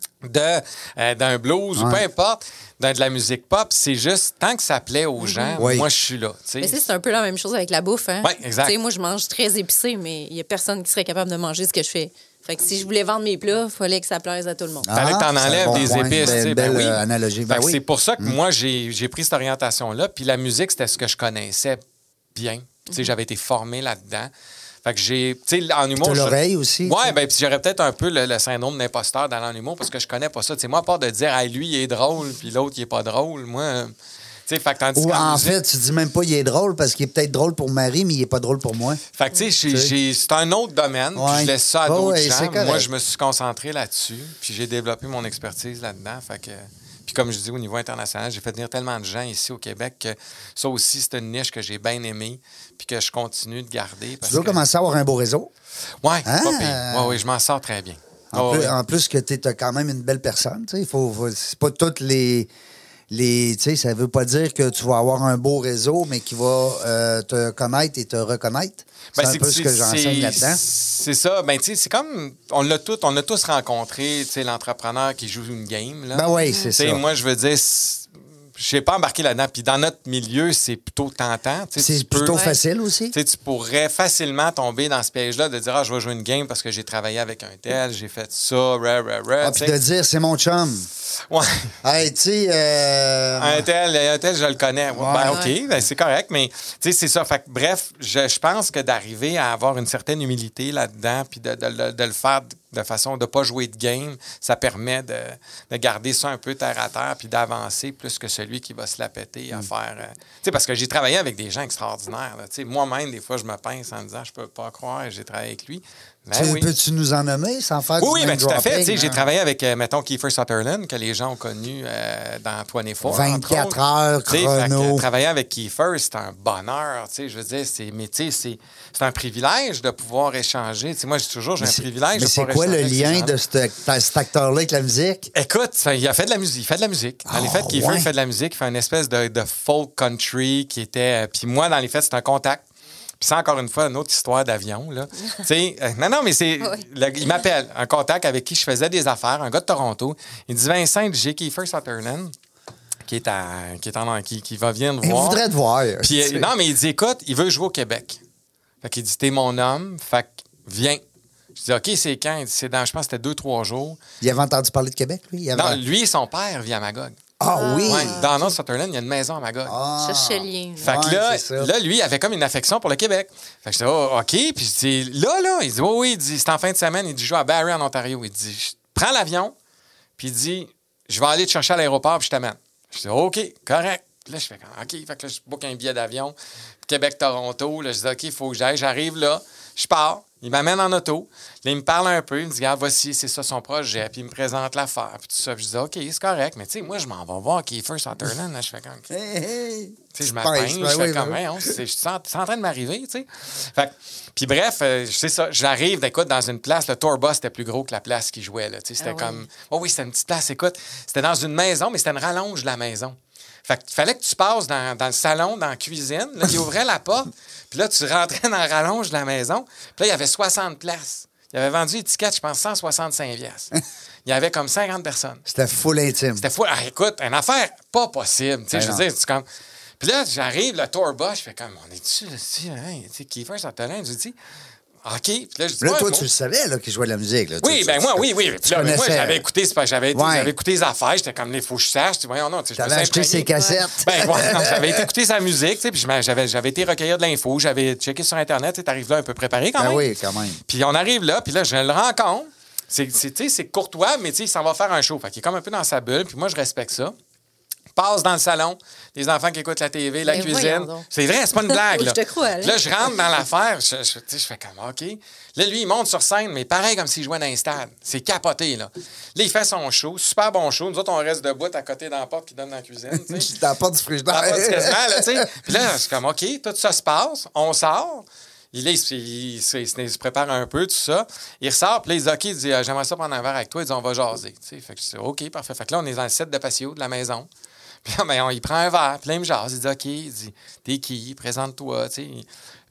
de, euh, d'un blues Ouais. ou peu importe, de, de la musique pop. C'est juste, tant que ça plaît aux gens, Oui. moi, je suis là. tu sais. Mais tu sais, c'est un peu la même chose avec la bouffe. Hein? Oui, exact. Tu sais, moi, je mange très épicé, mais il n'y a personne qui serait capable de manger ce que je fais. Fait que si je voulais vendre mes plats, il fallait que ça plaise à tout le monde. Ah, Fallait que t'en c'est un enlèves bon des point. épices. Belle- tu sais, ben belle, oui. euh, analogie. Ben Fait que oui. C'est pour ça que moi, j'ai, j'ai pris cette orientation-là. Puis la musique, c'était ce que je connaissais bien. Tu sais, j'avais été formé là-dedans. Fait que j'ai, tu sais, en humour... T'as je- l'oreille aussi, tu Ouais, sais. ben puis j'aurais peut-être un peu le, le syndrome d'imposteur dans l'humour parce que je connais pas ça. Tu sais, moi, à part de dire, hey, lui, il est drôle, puis l'autre, il est pas drôle, moi... euh, Tu sais, fait que tandis Ou qu'en en musique- fait, tu dis même pas il est drôle parce qu'il est peut-être drôle pour Marie, mais il est pas drôle pour moi. Fait que, tu sais, j'ai- j'ai- c'est un autre domaine, puis Ouais. je laisse ça à Ouais, d'autres ouais, c'est gens. correct. Moi, je me suis concentré là-dessus, puis j'ai développé mon expertise là-dedans. Fait que... Puis comme je dis, au niveau international, j'ai fait venir tellement de gens ici au Québec que ça aussi, c'est une niche que j'ai bien aimée, puis que je continue de garder. Parce Tu dois que... commencer à avoir un beau réseau. Oui, Ah! pas pire. Ouais, ouais, je m'en sors très bien. En, Ouais, plus, ouais. en plus que tu es quand même une belle personne. Tu sais, il faut, faut- c'est pas toutes les. les tu sais, ça veut pas dire que tu vas avoir un beau réseau, mais qui va euh, te connaître et te reconnaître. C'est Ben, un peu ce que j'enseigne c'est- là-dedans. C'est ça. Ben, tu sais, c'est comme. On l'a tout, on a tous rencontré, tu sais, l'entrepreneur qui joue une game. Là. Ben oui, c'est Tu sais, ça. moi, je veux dire, c'est- je n'ai pas embarqué là-dedans. Puis dans notre milieu, c'est plutôt tentant. Tu sais, C'est tu peux- plutôt Ouais. facile aussi. Tu sais, tu pourrais facilement tomber dans ce piège-là de dire, ah, je vais jouer une game parce que j'ai travaillé avec un tel, j'ai fait ça, rah, rah, rah. Ah, tu puis sais. de dire, c'est mon chum. Ouais. Hey, tu sais. euh, Un tel, un tel, je le connais. Ouais, ben, OK, Ouais. ben, c'est correct, mais tu sais, c'est ça. Fait que, bref, je, je pense que d'arriver à avoir une certaine humilité là-dedans, puis de, de- de- de le faire de façon de ne pas jouer de game, ça permet de, de garder ça un peu terre à terre, puis d'avancer plus que celui qui va se la péter à faire. euh, tu sais, parce que j'ai travaillé avec des gens extraordinaires. là. Tu sais, moi-même, des fois, je me pince en me disant, je peux pas croire que j'ai travaillé avec lui. Ben tu- oui. Peux-tu nous en nommer sans faire Oui, du oui, name ben, tout à fait. dropping, Tu sais, J'ai hein? travaillé avec, euh, mettons, Kiefer Sutherland, que les gens ont connu euh, dans vingt-quatre. vingt-quatre heures Tu sais, fait que, chrono. travailler avec Kiefer, c'est un bonheur. Tu sais, je veux dire, c'est, mais tu sais, c'est, c'est un privilège de pouvoir échanger. Tu sais, moi, j'ai toujours j'ai Mais un c'est- privilège Mais de c'est pouvoir quoi le échanger avec ces lien gens-là. de ce- cet acteur-là avec la musique? Écoute, ça, il a fait de la musique. Il fait de la musique. Dans les Ah, faits, Kiefer ouais. il fait de la musique. Il fait une espèce de, de folk country qui était. euh, Puis moi, dans les faits, c'est un contact. Puis c'est encore une fois une autre histoire d'avion. Là. Tu sais, euh, non, non, mais c'est. Oui. le- il m'appelle, un contact avec qui je faisais des affaires, un gars de Toronto. Il dit Vincent, j'ai Kiefer Sutherland, qui est, à, qui, est en, qui, qui va venir nous Il voir. voudrait te voir. Puis, euh, tu sais. non, mais il dit écoute, il veut jouer au Québec. Fait qu'il dit t'es mon homme, fait que viens. Je dis OK, c'est quand Il dit c'est dans, je pense que c'était deux, trois jours. Il avait entendu parler de Québec, lui? Il avait... Non, lui et son père vivent à Magog. Ah oui! Ouais, Donald Sutherland, il y a une maison à Magog. Ah. Cherche le lien. Fait que Ouais, là, c'est ça. là, lui, il avait comme une affection pour le Québec. Fait que je dis, oh, OK. Puis je dis, là, là, il dit, oui, oui, il dit, c'est en fin de semaine. Il dit, je joue à Barrie, en Ontario. Il dit, je prends l'avion, puis il dit, je vais aller te chercher à l'aéroport, puis je t'amène. Je dis, OK, correct. Puis là, je fais, OK. Fait que là, je book un billet d'avion, Québec-Toronto. Là, je dis, OK, il faut que j'aille. J'arrive là, je pars. Il m'amène en auto. Là, il me parle un peu. Il me dit, regarde, voici, c'est ça son projet. Puis il me présente l'affaire. Puis tout ça. Puis je dis, OK, c'est correct. Mais tu sais, moi, je m'en vais voir Kiefer Sutherland. Là, je fais comme. Hey, hey. Tu sais, je Pince, m'appelle, ben je fais oui, comme, ben oui. Hey, on- c'est c'est en, c'est en train de m'arriver, tu sais. Fait que- puis bref, euh, c'est ça, j'arrive, écoute, dans une place, le tour bus était plus gros que la place qui jouait, là, tu sais, c'était Ah oui. comme, oh oui, c'était une petite place, écoute, c'était dans une maison, mais c'était une rallonge de la maison. Fait qu'il fallait que tu passes dans, dans le salon, dans la cuisine, là, il ouvrait la porte, puis là, tu rentrais dans la rallonge de la maison, puis là, il y avait soixante places. Il avait vendu l'étiquette, je pense, cent soixante-cinq piastres. Il y avait comme cinquante personnes. C'était full intime. C'était fou. Ah, écoute, une affaire pas possible. Tu sais, Ben je non. veux dire, c'est comme. Puis là, j'arrive, le tour bus, je fais comme, on est-tu, tu hein, tu sais, Kiefer Sutherland, je dis, OK. Puis là, je dis, Là, ouais, toi, moi- tu le savais là, qu'il jouait de la musique. Là. Oui, Tu- ben tu- moi, oui, oui. tu Puis là, ben, moi, connaissais. j'avais écouté, c'est pas- j'avais, Ouais. j'avais écouté les affaires, j'étais comme, il faut que je sache. Tu sais, voyons, non, tu sais, je me T'avais suis acheté imprégné. ses cassettes. Ben, ouais, non, j'avais été écouter sa musique, tu sais, puis je m'a- j'avais, j'avais été recueillir de l'info, j'avais checké sur Internet, tu arrives là un peu préparé quand Ben même. oui, quand même. Puis on arrive là, puis là, je le rencontre. C'est, c'est, tu sais, c'est courtois, mais tu sais, il s'en va faire un show. Fait qu'il est comme un peu dans sa bulle, puis moi, je respecte ça. Passe dans le salon, les enfants qui écoutent la T V, la Mais cuisine. voyons donc. C'est vrai, c'est pas une blague. Je Là. te crois, là. Là, je rentre dans l'affaire, je, je, tu sais, je fais comme OK. Là, lui, il monte sur scène, mais pareil comme s'il jouait dans un stade. C'est capoté, là. Là, il fait son show, super bon show. Nous autres, on reste debout à côté dans la porte qui donne dans la cuisine. tu sais. J'étais à la porte du frigidaire. Ah, pas de quasiment, là, tu sais. Puis là, c'est comme, OK, tout ça se passe, on sort. Il, là, il, se- il se- il se- il se prépare un peu, tout ça. Il ressort, puis là, il dit, OK, il dit, euh, j'aimerais ça prendre un verre avec toi. Il dit, on va jaser. Tu sais, fait que je dis, OK, parfait. Fait que là, on est dans le set de patio de la maison. Puis là, ben, on, il prend un verre, puis là, il me jase. Il dit, OK, il dit, t'es qui? Présente-toi, tu sais.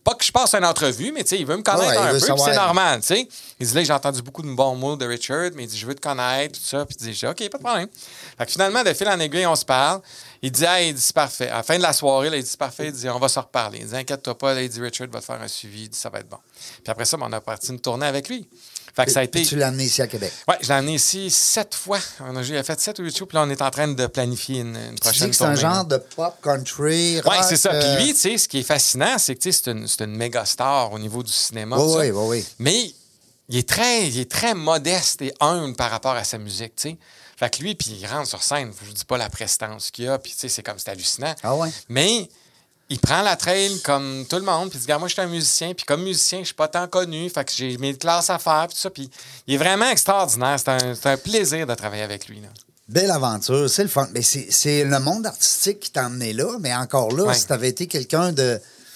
Pas que je passe une entrevue, mais tu sais, il veut me connaître Ouais, il un veut peu, puis savoir. c'est normal, tu sais. Il dit là, j'ai entendu beaucoup de bons mots de Richard, mais il dit, je veux te connaître, tout ça. Puis il dit, j'ai dit, OK, pas de problème. Fait que finalement, de fil en aiguille, on se parle. Il dit, hey, il dit, c'est parfait. À la fin de la soirée, là, il dit, c'est parfait. Il dit, on va se reparler. Il dit, inquiète-toi pas, là, il dit, Richard va te faire un suivi. Il dit, ça va être bon. Puis après ça, ben, on a parti une tournée avec lui. Fait que ça a été. Puis tu l'as amené ici à Québec. Oui, je l'ai amené ici sept fois. On a, j'ai fait sept ou huit shows, puis là, on est en train de planifier une, une Tu prochaine dis que c'est un tournée. genre de pop country, rock. Oui, c'est ça. euh, Puis lui, tu sais, ce qui est fascinant, c'est que tu sais, c'est une, c'est une méga star au niveau du cinéma. Oui, tout ça. oui, oui, oui. Mais il est, très, il est très modeste et humble par rapport à sa musique, tu sais. Fait que lui, puis il rentre sur scène, je ne dis pas la prestance qu'il a, puis tu sais, c'est comme, c'est hallucinant. Ah ouais? Mais il prend la trail comme tout le monde, puis il dit, regarde, moi, je suis un musicien, puis comme musicien, je suis pas tant connu, fait que j'ai mes classes à faire, puis tout ça, puis il est vraiment extraordinaire. C'est un, c'est un plaisir de travailler avec lui, là. Belle aventure, c'est le fun. Mais c'est, c'est le monde artistique qui t'a emmené là, mais encore là, Ouais. si t'avais été quelqu'un de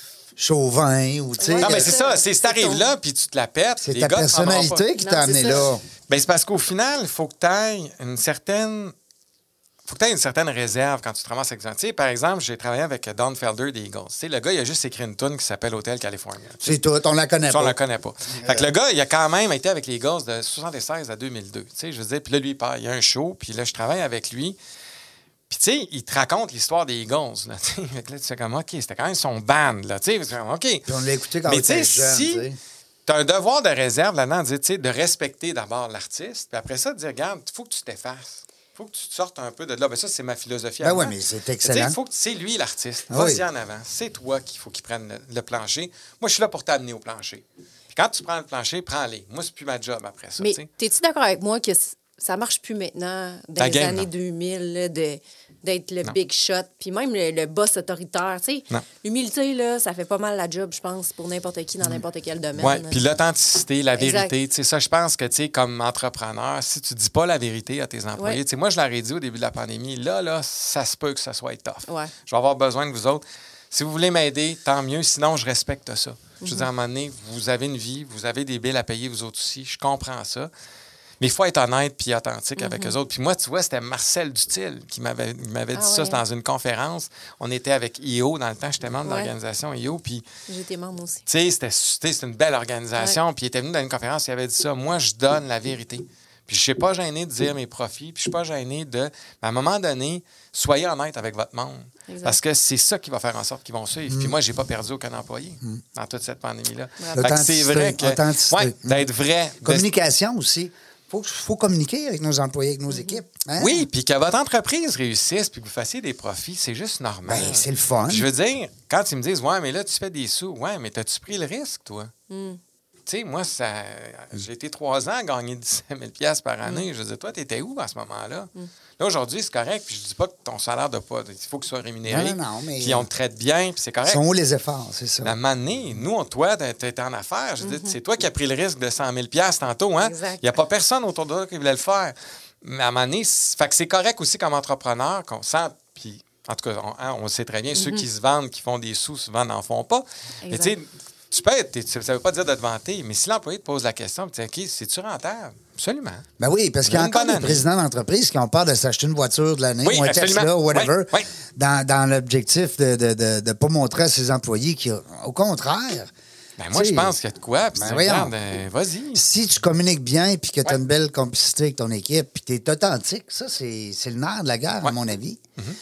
chauvin ou, tu sais... Ouais, Non, mais euh, c'est ça, c'est si t'arrives ton- là, puis tu te la pètes, c'est les ta gars te prendront pas. personnalité qui Non, t'a c'est amené ça. là. Ben, c'est parce qu'au final, il faut que tu ailles une certaine. faut que tu aies une certaine réserve quand tu te ramasses avec ça. Tu sais, par exemple, j'ai travaillé avec Don Felder des Eagles. Tu sais, le gars, il a juste écrit une tune qui s'appelle Hotel California. C'est tout, on la connaît Ça, on pas. la connaît pas. Fait que le gars, il a quand même été avec les Eagles de soixante-seize à deux mille deux. Tu sais, je veux dire, puis là, lui, il part, il y a un show, puis là, je travaille avec lui. Puis, tu sais, il te raconte l'histoire des Eagles. Là, tu sais. Fait que là, tu fais comme, OK, c'était quand même son band, là, tu sais. Tu fais comme, OK. Puis on l'a écouté quand Mais on tu sais, était jeune, si tu sais. tu as un devoir de réserve là-dedans, de, dire, tu sais, de respecter d'abord l'artiste, puis après ça, de dire, regarde, il faut que tu t'effaces. Il faut que tu te sortes un peu de là. Ben ça, c'est ma philosophie. Ben à ouais, moi. mais c'est Tu sais, excellent. il faut que c'est lui l'artiste. Ah Vas-y oui. en avant. C'est toi qu'il faut qu'il prenne le, le plancher. Moi, je suis là pour t'amener au plancher. Puis quand tu prends le plancher, prends-les. Moi, c'est plus ma job après ça. Mais tu sais. t'es-tu d'accord avec moi que c- ça marche plus maintenant, dans La les game, années non. deux mille, là, de, d'être le Non. big shot, puis même le, le boss autoritaire, tu sais. Non. L'humilité, là, ça fait pas mal la job, je pense, pour n'importe qui dans n'importe quel domaine. Oui, puis l'authenticité, la Exact. vérité, tu sais, ça, je pense que, tu sais, comme entrepreneur, si tu dis pas la vérité à tes employés, Ouais. tu sais, moi, je leur ai dit au début de la pandémie, là, là, ça se peut que ça soit tough. Ouais. Je vais avoir besoin de vous autres. Si vous voulez m'aider, tant mieux, sinon, je respecte ça. Je veux dire, à un moment donné, vous avez une vie, vous avez des billes à payer, vous autres aussi, je comprends ça. Mais il faut être honnête puis authentique avec eux autres. Puis moi, tu vois, c'était Marcel Dutil qui m'avait, il m'avait dit Ah ça ouais. dans une conférence. On était avec I O dans le temps, j'étais membre de Ouais. l'organisation I O, puis... J'ai été membre aussi. Tu sais, c'était, tu sais, c'était une belle organisation. Puis il était venu dans une conférence, il avait dit ça. Moi, je donne la vérité. Puis je ne suis pas gêné de dire mes profits. Puis je ne suis pas gêné de. Mais à un moment donné, soyez honnête avec votre monde. Exact. Parce que c'est ça qui va faire en sorte qu'ils vont suivre. Mm. Puis moi, je n'ai pas perdu aucun employé dans toute cette pandémie-là. Bravo. Fait que c'est vrai que. Authenticité. Ouais, d'être vrai. de- Communication aussi. Il faut, faut communiquer avec nos employés, avec nos équipes. Hein? Oui, puis que votre entreprise réussisse puis que vous fassiez des profits, c'est juste normal. Ben, c'est le fun. Puis je veux dire, quand ils me disent, ouais, mais là, tu fais des sous, ouais, mais t'as-tu pris le risque, toi? Tu sais, moi, ça, j'ai été trois ans à gagner dix-sept mille dollars par année. Je veux dire, toi, t'étais où à ce moment-là? Là, aujourd'hui, c'est correct. Puis je dis pas que ton salaire de pas. Il faut qu'il soit rémunéré. Non, non, non, mais- Puis on te traite bien, puis c'est Ils correct. sont où les efforts, c'est ça. À un moment donné, nous, on, toi, t'étais en affaires. Je veux dire, c'est toi qui as pris le risque de cent mille dollars tantôt. Hein? Exact. Il n'y a pas personne autour de toi qui voulait le faire. Mais à un moment donné, c'est, fait que c'est correct aussi comme entrepreneur qu'on sent. Puis, en tout cas, on, hein, on le sait très bien, ceux qui se vendent, qui font des sous, souvent n'en font pas. Mais tu Exact. sais, tu peux être, ça ne veut pas dire de te vanter, mais si l'employé te pose la question, tu dis, OK, c'est-tu rentable? Absolument. Ben oui, parce qu'il y a Une encore bonne des année. présidents d'entreprise qui ont peur de s'acheter une voiture de l'année Oui, ou un absolument. Tesla ou whatever, Oui, oui. dans, dans l'objectif de ne de, de, pas montrer à ses employés qu'au contraire, Ben moi, Tu je sais, pense qu'il y a de quoi. Puis ben tu dis, voyons. regarde, euh, vas-y. si tu communiques bien et que tu as Ouais. une belle complicité avec ton équipe puis tu es authentique, ça, c'est c'est le nerf de la guerre, à Ouais. mon avis.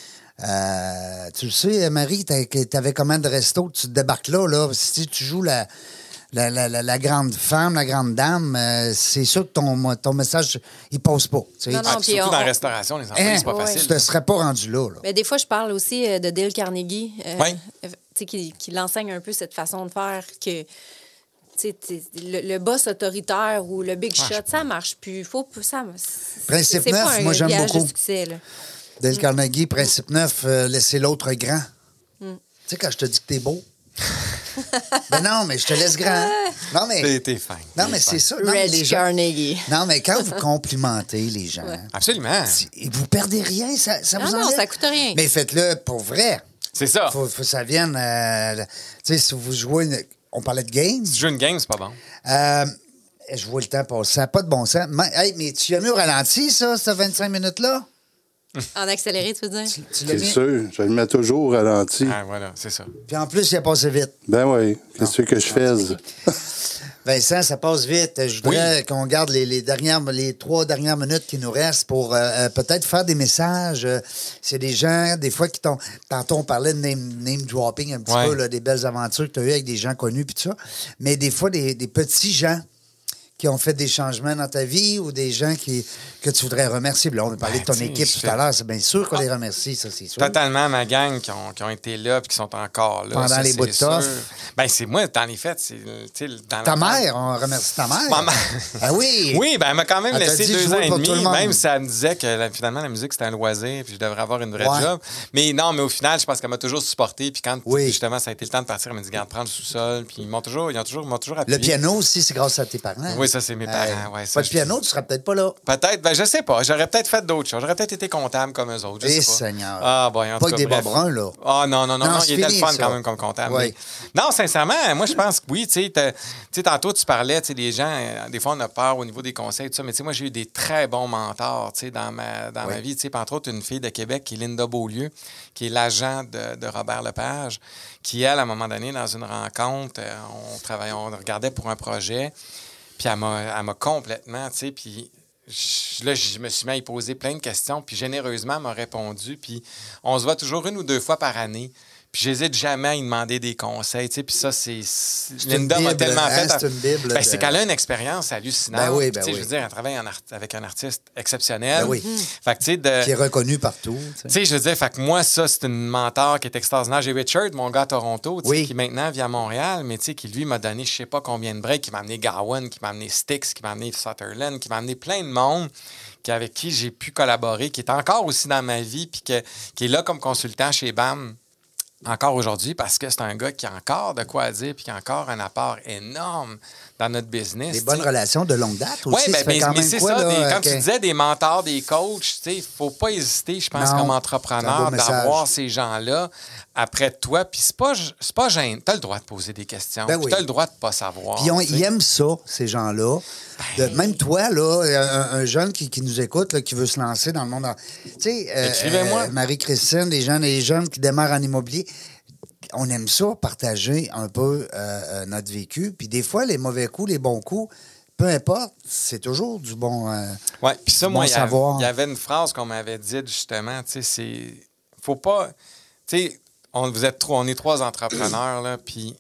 Euh, tu le sais, Marie, tu avais combien de restos, tu te débarques là, là. Si tu joues la, la, la, la, la grande femme, la grande dame, euh, c'est sûr que ton, ton message, il passe pas. tu sais. Non, non, Ah, puis surtout on- dans la on- restauration, les employés, Hein? c'est pas Ouais. Tu facile. te serais pas rendu là. là. Mais des fois, je parle aussi euh, de Dale Carnegie, euh, Oui. euh, tu sais, qui, qui l'enseigne un peu cette façon de faire que tu sais, t'es- le, le boss autoritaire ou le big shot, ça marche plus. Faut, ça, c'est- Principe c'est pas neuf, un moi, j'aime gage de beaucoup. succès, là. Dale Carnegie, principe neuf, euh, laisser l'autre grand. Mm. Tu sais, quand je te dis que t'es beau. ben non, mais je te laisse grand. Non, mais, T'es, t'es fin. non, T'es mais fin. c'est ça. Non, mais Reg les gens- Carnegie. non, mais quand vous complimentez les gens, Absolument. si- vous perdez rien, ça, ça Non, vous non, enlève. ça coûte rien. Mais faites-le pour vrai. C'est ça. Faut, faut que ça vienne. euh, tu sais, si vous jouez. une- On parlait de games. Si tu joues une game, c'est pas bon. Euh, je vois le temps passer. Ça n'a pas de bon sens. Mais, hey, mais tu as mis au ralenti, ça, ces vingt-cinq minutes-là? En accéléré, tu veux dire? Tu, tu l'as C'est mis? sûr. Je le mets toujours au ralenti. Ah, voilà, c'est ça. Puis en plus, il a passé vite. Ben oui. Qu'est-ce que je fais? Vincent, ça passe vite. Je voudrais Oui. qu'on garde les, les, dernières, les trois dernières minutes qui nous restent pour euh, euh, peut-être faire des messages. Euh, c'est des gens, des fois, qui t'ont... Tantôt, on parlait de name, name dropping un petit Ouais. peu, là, des belles aventures que tu as eues avec des gens connus puis tout ça. Mais des fois, des, des petits gens qui ont fait des changements dans ta vie ou des gens qui, que tu voudrais remercier. Puis là, on a parlé Ben, de ton tu sais, équipe je tout fais- à l'heure. C'est bien sûr qu'on les remercie, ça, c'est sûr. Totalement, ma gang qui ont, qui ont été là puis qui sont encore là. Pendant ça, les c'est bouts de sûr. tough. Ben, c'est moi, dans les fêtes, c'est. tu sais, dans Ta la- mère, on remercie ta mère. Ma mère. Ah oui! Oui, ben, elle m'a quand même Elle t'a laissé dit deux jouer ans et pour demi, tout le monde. même si elle me disait que la- finalement la musique c'était un loisir puis je devrais avoir une vraie Ouais. job. Mais non, mais au final, je pense qu'elle m'a toujours supporté. Puis quand Oui. justement ça a été le temps de partir, elle m'a dit garde, prends le sous-sol. Puis ils m'ont toujours, ils ont toujours, ils m'ont toujours appuyé. Le piano aussi, c'est grâce à tes parents. Oui, ça, c'est mes parents, ouais, ça, pas de je- piano, tu serais peut-être pas là. Peut-être, ben je sais pas. J'aurais peut-être fait d'autres choses. J'aurais peut-être été comptable comme eux autres. Je Eh, sais pas. Seigneur. Ah, bon, en Pas tout avec cas, des bas bref. bruns, là. Ah, non, non, non, Non, non, c'est il était fini, le fun ça. quand même comme comptable. Oui. mais- Non, sincèrement, moi, je pense que oui, tu sais, t'as- tu sais, tantôt, tu parlais, tu sais, des gens, euh, des fois, on a peur au niveau des conseils, tout ça, mais tu sais, moi, j'ai eu des très bons mentors, tu sais, dans ma, dans Oui. ma vie, tu sais, puis entre autres, une fille de Québec qui est Linda Beaulieu, qui est l'agent de, de Robert Lepage, qui, elle, à un moment donné, dans une rencontre, euh, on travaillait, on regardait pour un projet, puis elle m'a, elle m'a complètement, tu sais, puis je- là, je me suis mis à y poser plein de questions, puis généreusement, elle m'a répondu, puis on se voit toujours une ou deux fois par année. Puis j'hésite jamais à y demander des conseils, tu sais, puis ça, c'est... C'est Linda une m'a Bible, tellement hein, fait... c'est une Bible Ben, de- c'est qu'elle a une expérience hallucinante. Ben oui, ben Tu sais, oui. Je veux dire, elle travaille en art- avec un artiste exceptionnel. Ben oui. Fait que, tu sais, de... Qui est reconnu partout. tu sais. Tu sais, je veux dire, fait que moi, ça, c'est une mentor qui est extraordinaire. J'ai Richard, mon gars à Toronto, tu sais, Oui. qui maintenant vit à Montréal, mais tu sais, qui lui m'a donné je sais pas combien de breaks, qui m'a amené Gowan, qui m'a amené Styx, qui m'a amené Sutherland, qui m'a amené plein de monde qui, avec qui j'ai pu collaborer, qui est encore aussi dans ma vie, puis que- qui est là comme consultant chez B A M encore aujourd'hui, parce que c'est un gars qui a encore de quoi dire, puis qui a encore un apport énorme dans notre business. Des tu bonnes sais. relations de longue date aussi. Oui, ça ben, fait mais, quand mais même c'est quoi, ça. là, des- comme que- tu disais, des mentors, des coachs, il ne faut pas hésiter, je pense, Non, comme c'est un entrepreneur, beau message. d'avoir ces gens-là après toi. Puis c'est pas, c'est pas gênant. Tu as le droit de poser des questions. Ben Tu oui. as le droit de ne pas savoir. Puis on- tu sais. ils aiment ça, ces gens-là. Ben. De- même toi, là, un, un jeune qui, qui nous écoute, là, qui veut se lancer dans le monde. en- Tu sais, euh, Écrivez-moi. euh, Marie-Christine, les jeunes, les jeunes qui démarrent en immobilier, on aime ça, partager un peu euh, euh, notre vécu. Puis des fois, les mauvais coups, les bons coups, peu importe, c'est toujours du bon. euh, Oui, puis ça, du moi, bon il y, avait, savoir. il y avait une phrase qu'on m'avait dite, justement, tu sais, c'est... Faut pas... Tu sais, on, vous êtes trois, on est trois entrepreneurs, là, puis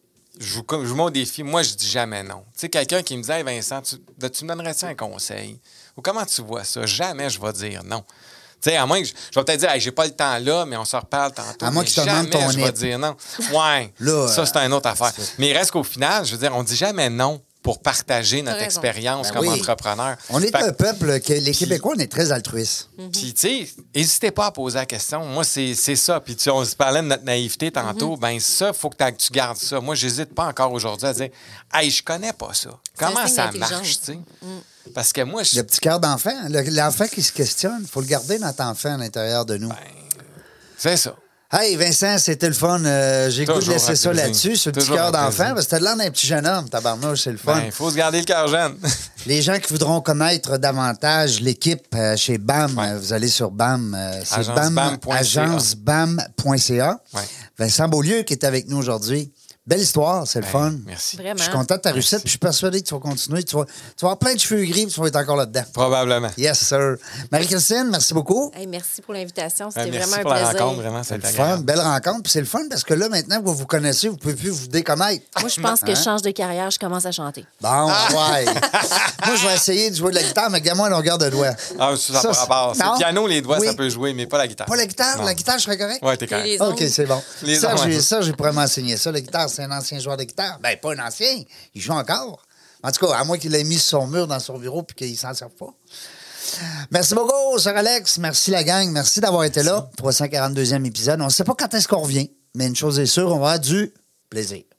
je vous, je vous mets au défi. Moi, je dis jamais non. Tu sais, quelqu'un qui me dit « Hey, Vincent, tu, de- tu me donnerais-tu un conseil? » Ou « Comment tu vois ça? » Jamais je vais dire non. Tu sais, à moins que je, je vais peut-être dire hey, « J'ai pas le temps là, mais on se reparle tantôt. » À moins Mais qu'il te demande jamais ton je vais nip. dire non. Ouais, Là, ça, euh, c'est une autre affaire. c'est- Mais il reste qu'au final, je veux dire, on dit jamais non pour partager notre T'as raison. expérience Ben comme oui. entrepreneur. On est Fait que- un peuple que les Québécois, on est très altruistes. puis, tu sais, n'hésitez pas à poser la question. Moi, c'est c'est ça. Puis, tu sais, on se parlait de notre naïveté tantôt. Ben ça, il faut que t'as- tu gardes ça. Moi, j'hésite pas encore aujourd'hui à dire Hey, je connais pas ça. C'est un Comment signe ça d'intelligence. marche, tu sais? Parce que moi, je. Le petit cœur d'enfant, le- l'enfant qui se questionne, il faut le garder, notre enfant, à l'intérieur de nous. Ben, C'est ça. Hey, Vincent, c'était le fun. Euh, J'ai le goût de Toujours laisser un ça plaisir. là-dessus, sur le petit Toujours cœur un d'enfant, plaisir. parce que t'as l'air d'un petit jeune homme, tabarnouche, c'est le fun. Ben, il faut se garder le cœur jeune. Les gens qui voudront connaître davantage l'équipe euh, chez B A M, Ouais. euh, vous allez sur B A M. euh, c'est Agence B A M, B A M point C A. agence B A M point C A. Ouais. Vincent Beaulieu qui est avec nous aujourd'hui. Belle histoire, c'est le Ben, fun. merci. Vraiment. Je suis content de ta réussite, puis je suis persuadé que tu vas continuer. Tu vas, tu vas avoir plein de cheveux gris, puis tu vas être encore là-dedans. Probablement. Yes, sir. Marie-Christine, merci beaucoup. Hey, merci pour l'invitation. C'était Ben, merci vraiment pour un la plaisir. rencontre, vraiment, C'est le c'était fun, agréable. belle rencontre. Puis c'est le fun parce que là, maintenant que vous vous connaissez, vous ne pouvez plus vous déconnaître. Moi, je pense que Hein? je change de carrière, je commence à chanter. Bon, ouais. Moi, je vais essayer de jouer de la guitare, mais gamin à longueur de doigt. Ah, ça, ça, Ça, n'a pas rapport. C'est non? le piano, les doigts, Oui. ça peut jouer, mais pas la guitare. Pas la guitare? Non. La guitare, je serais correct? Ouais, t'es correct. Les OK, ongles. c'est bon. Les Serge, ongles, j'ai- ouais. Serge, il pourrait m'enseigner ça. La guitare, c'est un ancien joueur de guitare. Ben, pas un ancien. Il joue encore. En tout cas, à moins qu'il l'ait mis sur son mur dans son bureau puis qu'il s'en serve pas. Merci beaucoup, Sir Alex. Merci, la gang. Merci d'avoir été là. trois cent quarante-deuxième épisode. On ne sait pas quand est-ce qu'on revient, mais une chose est sûre, on va avoir du plaisir.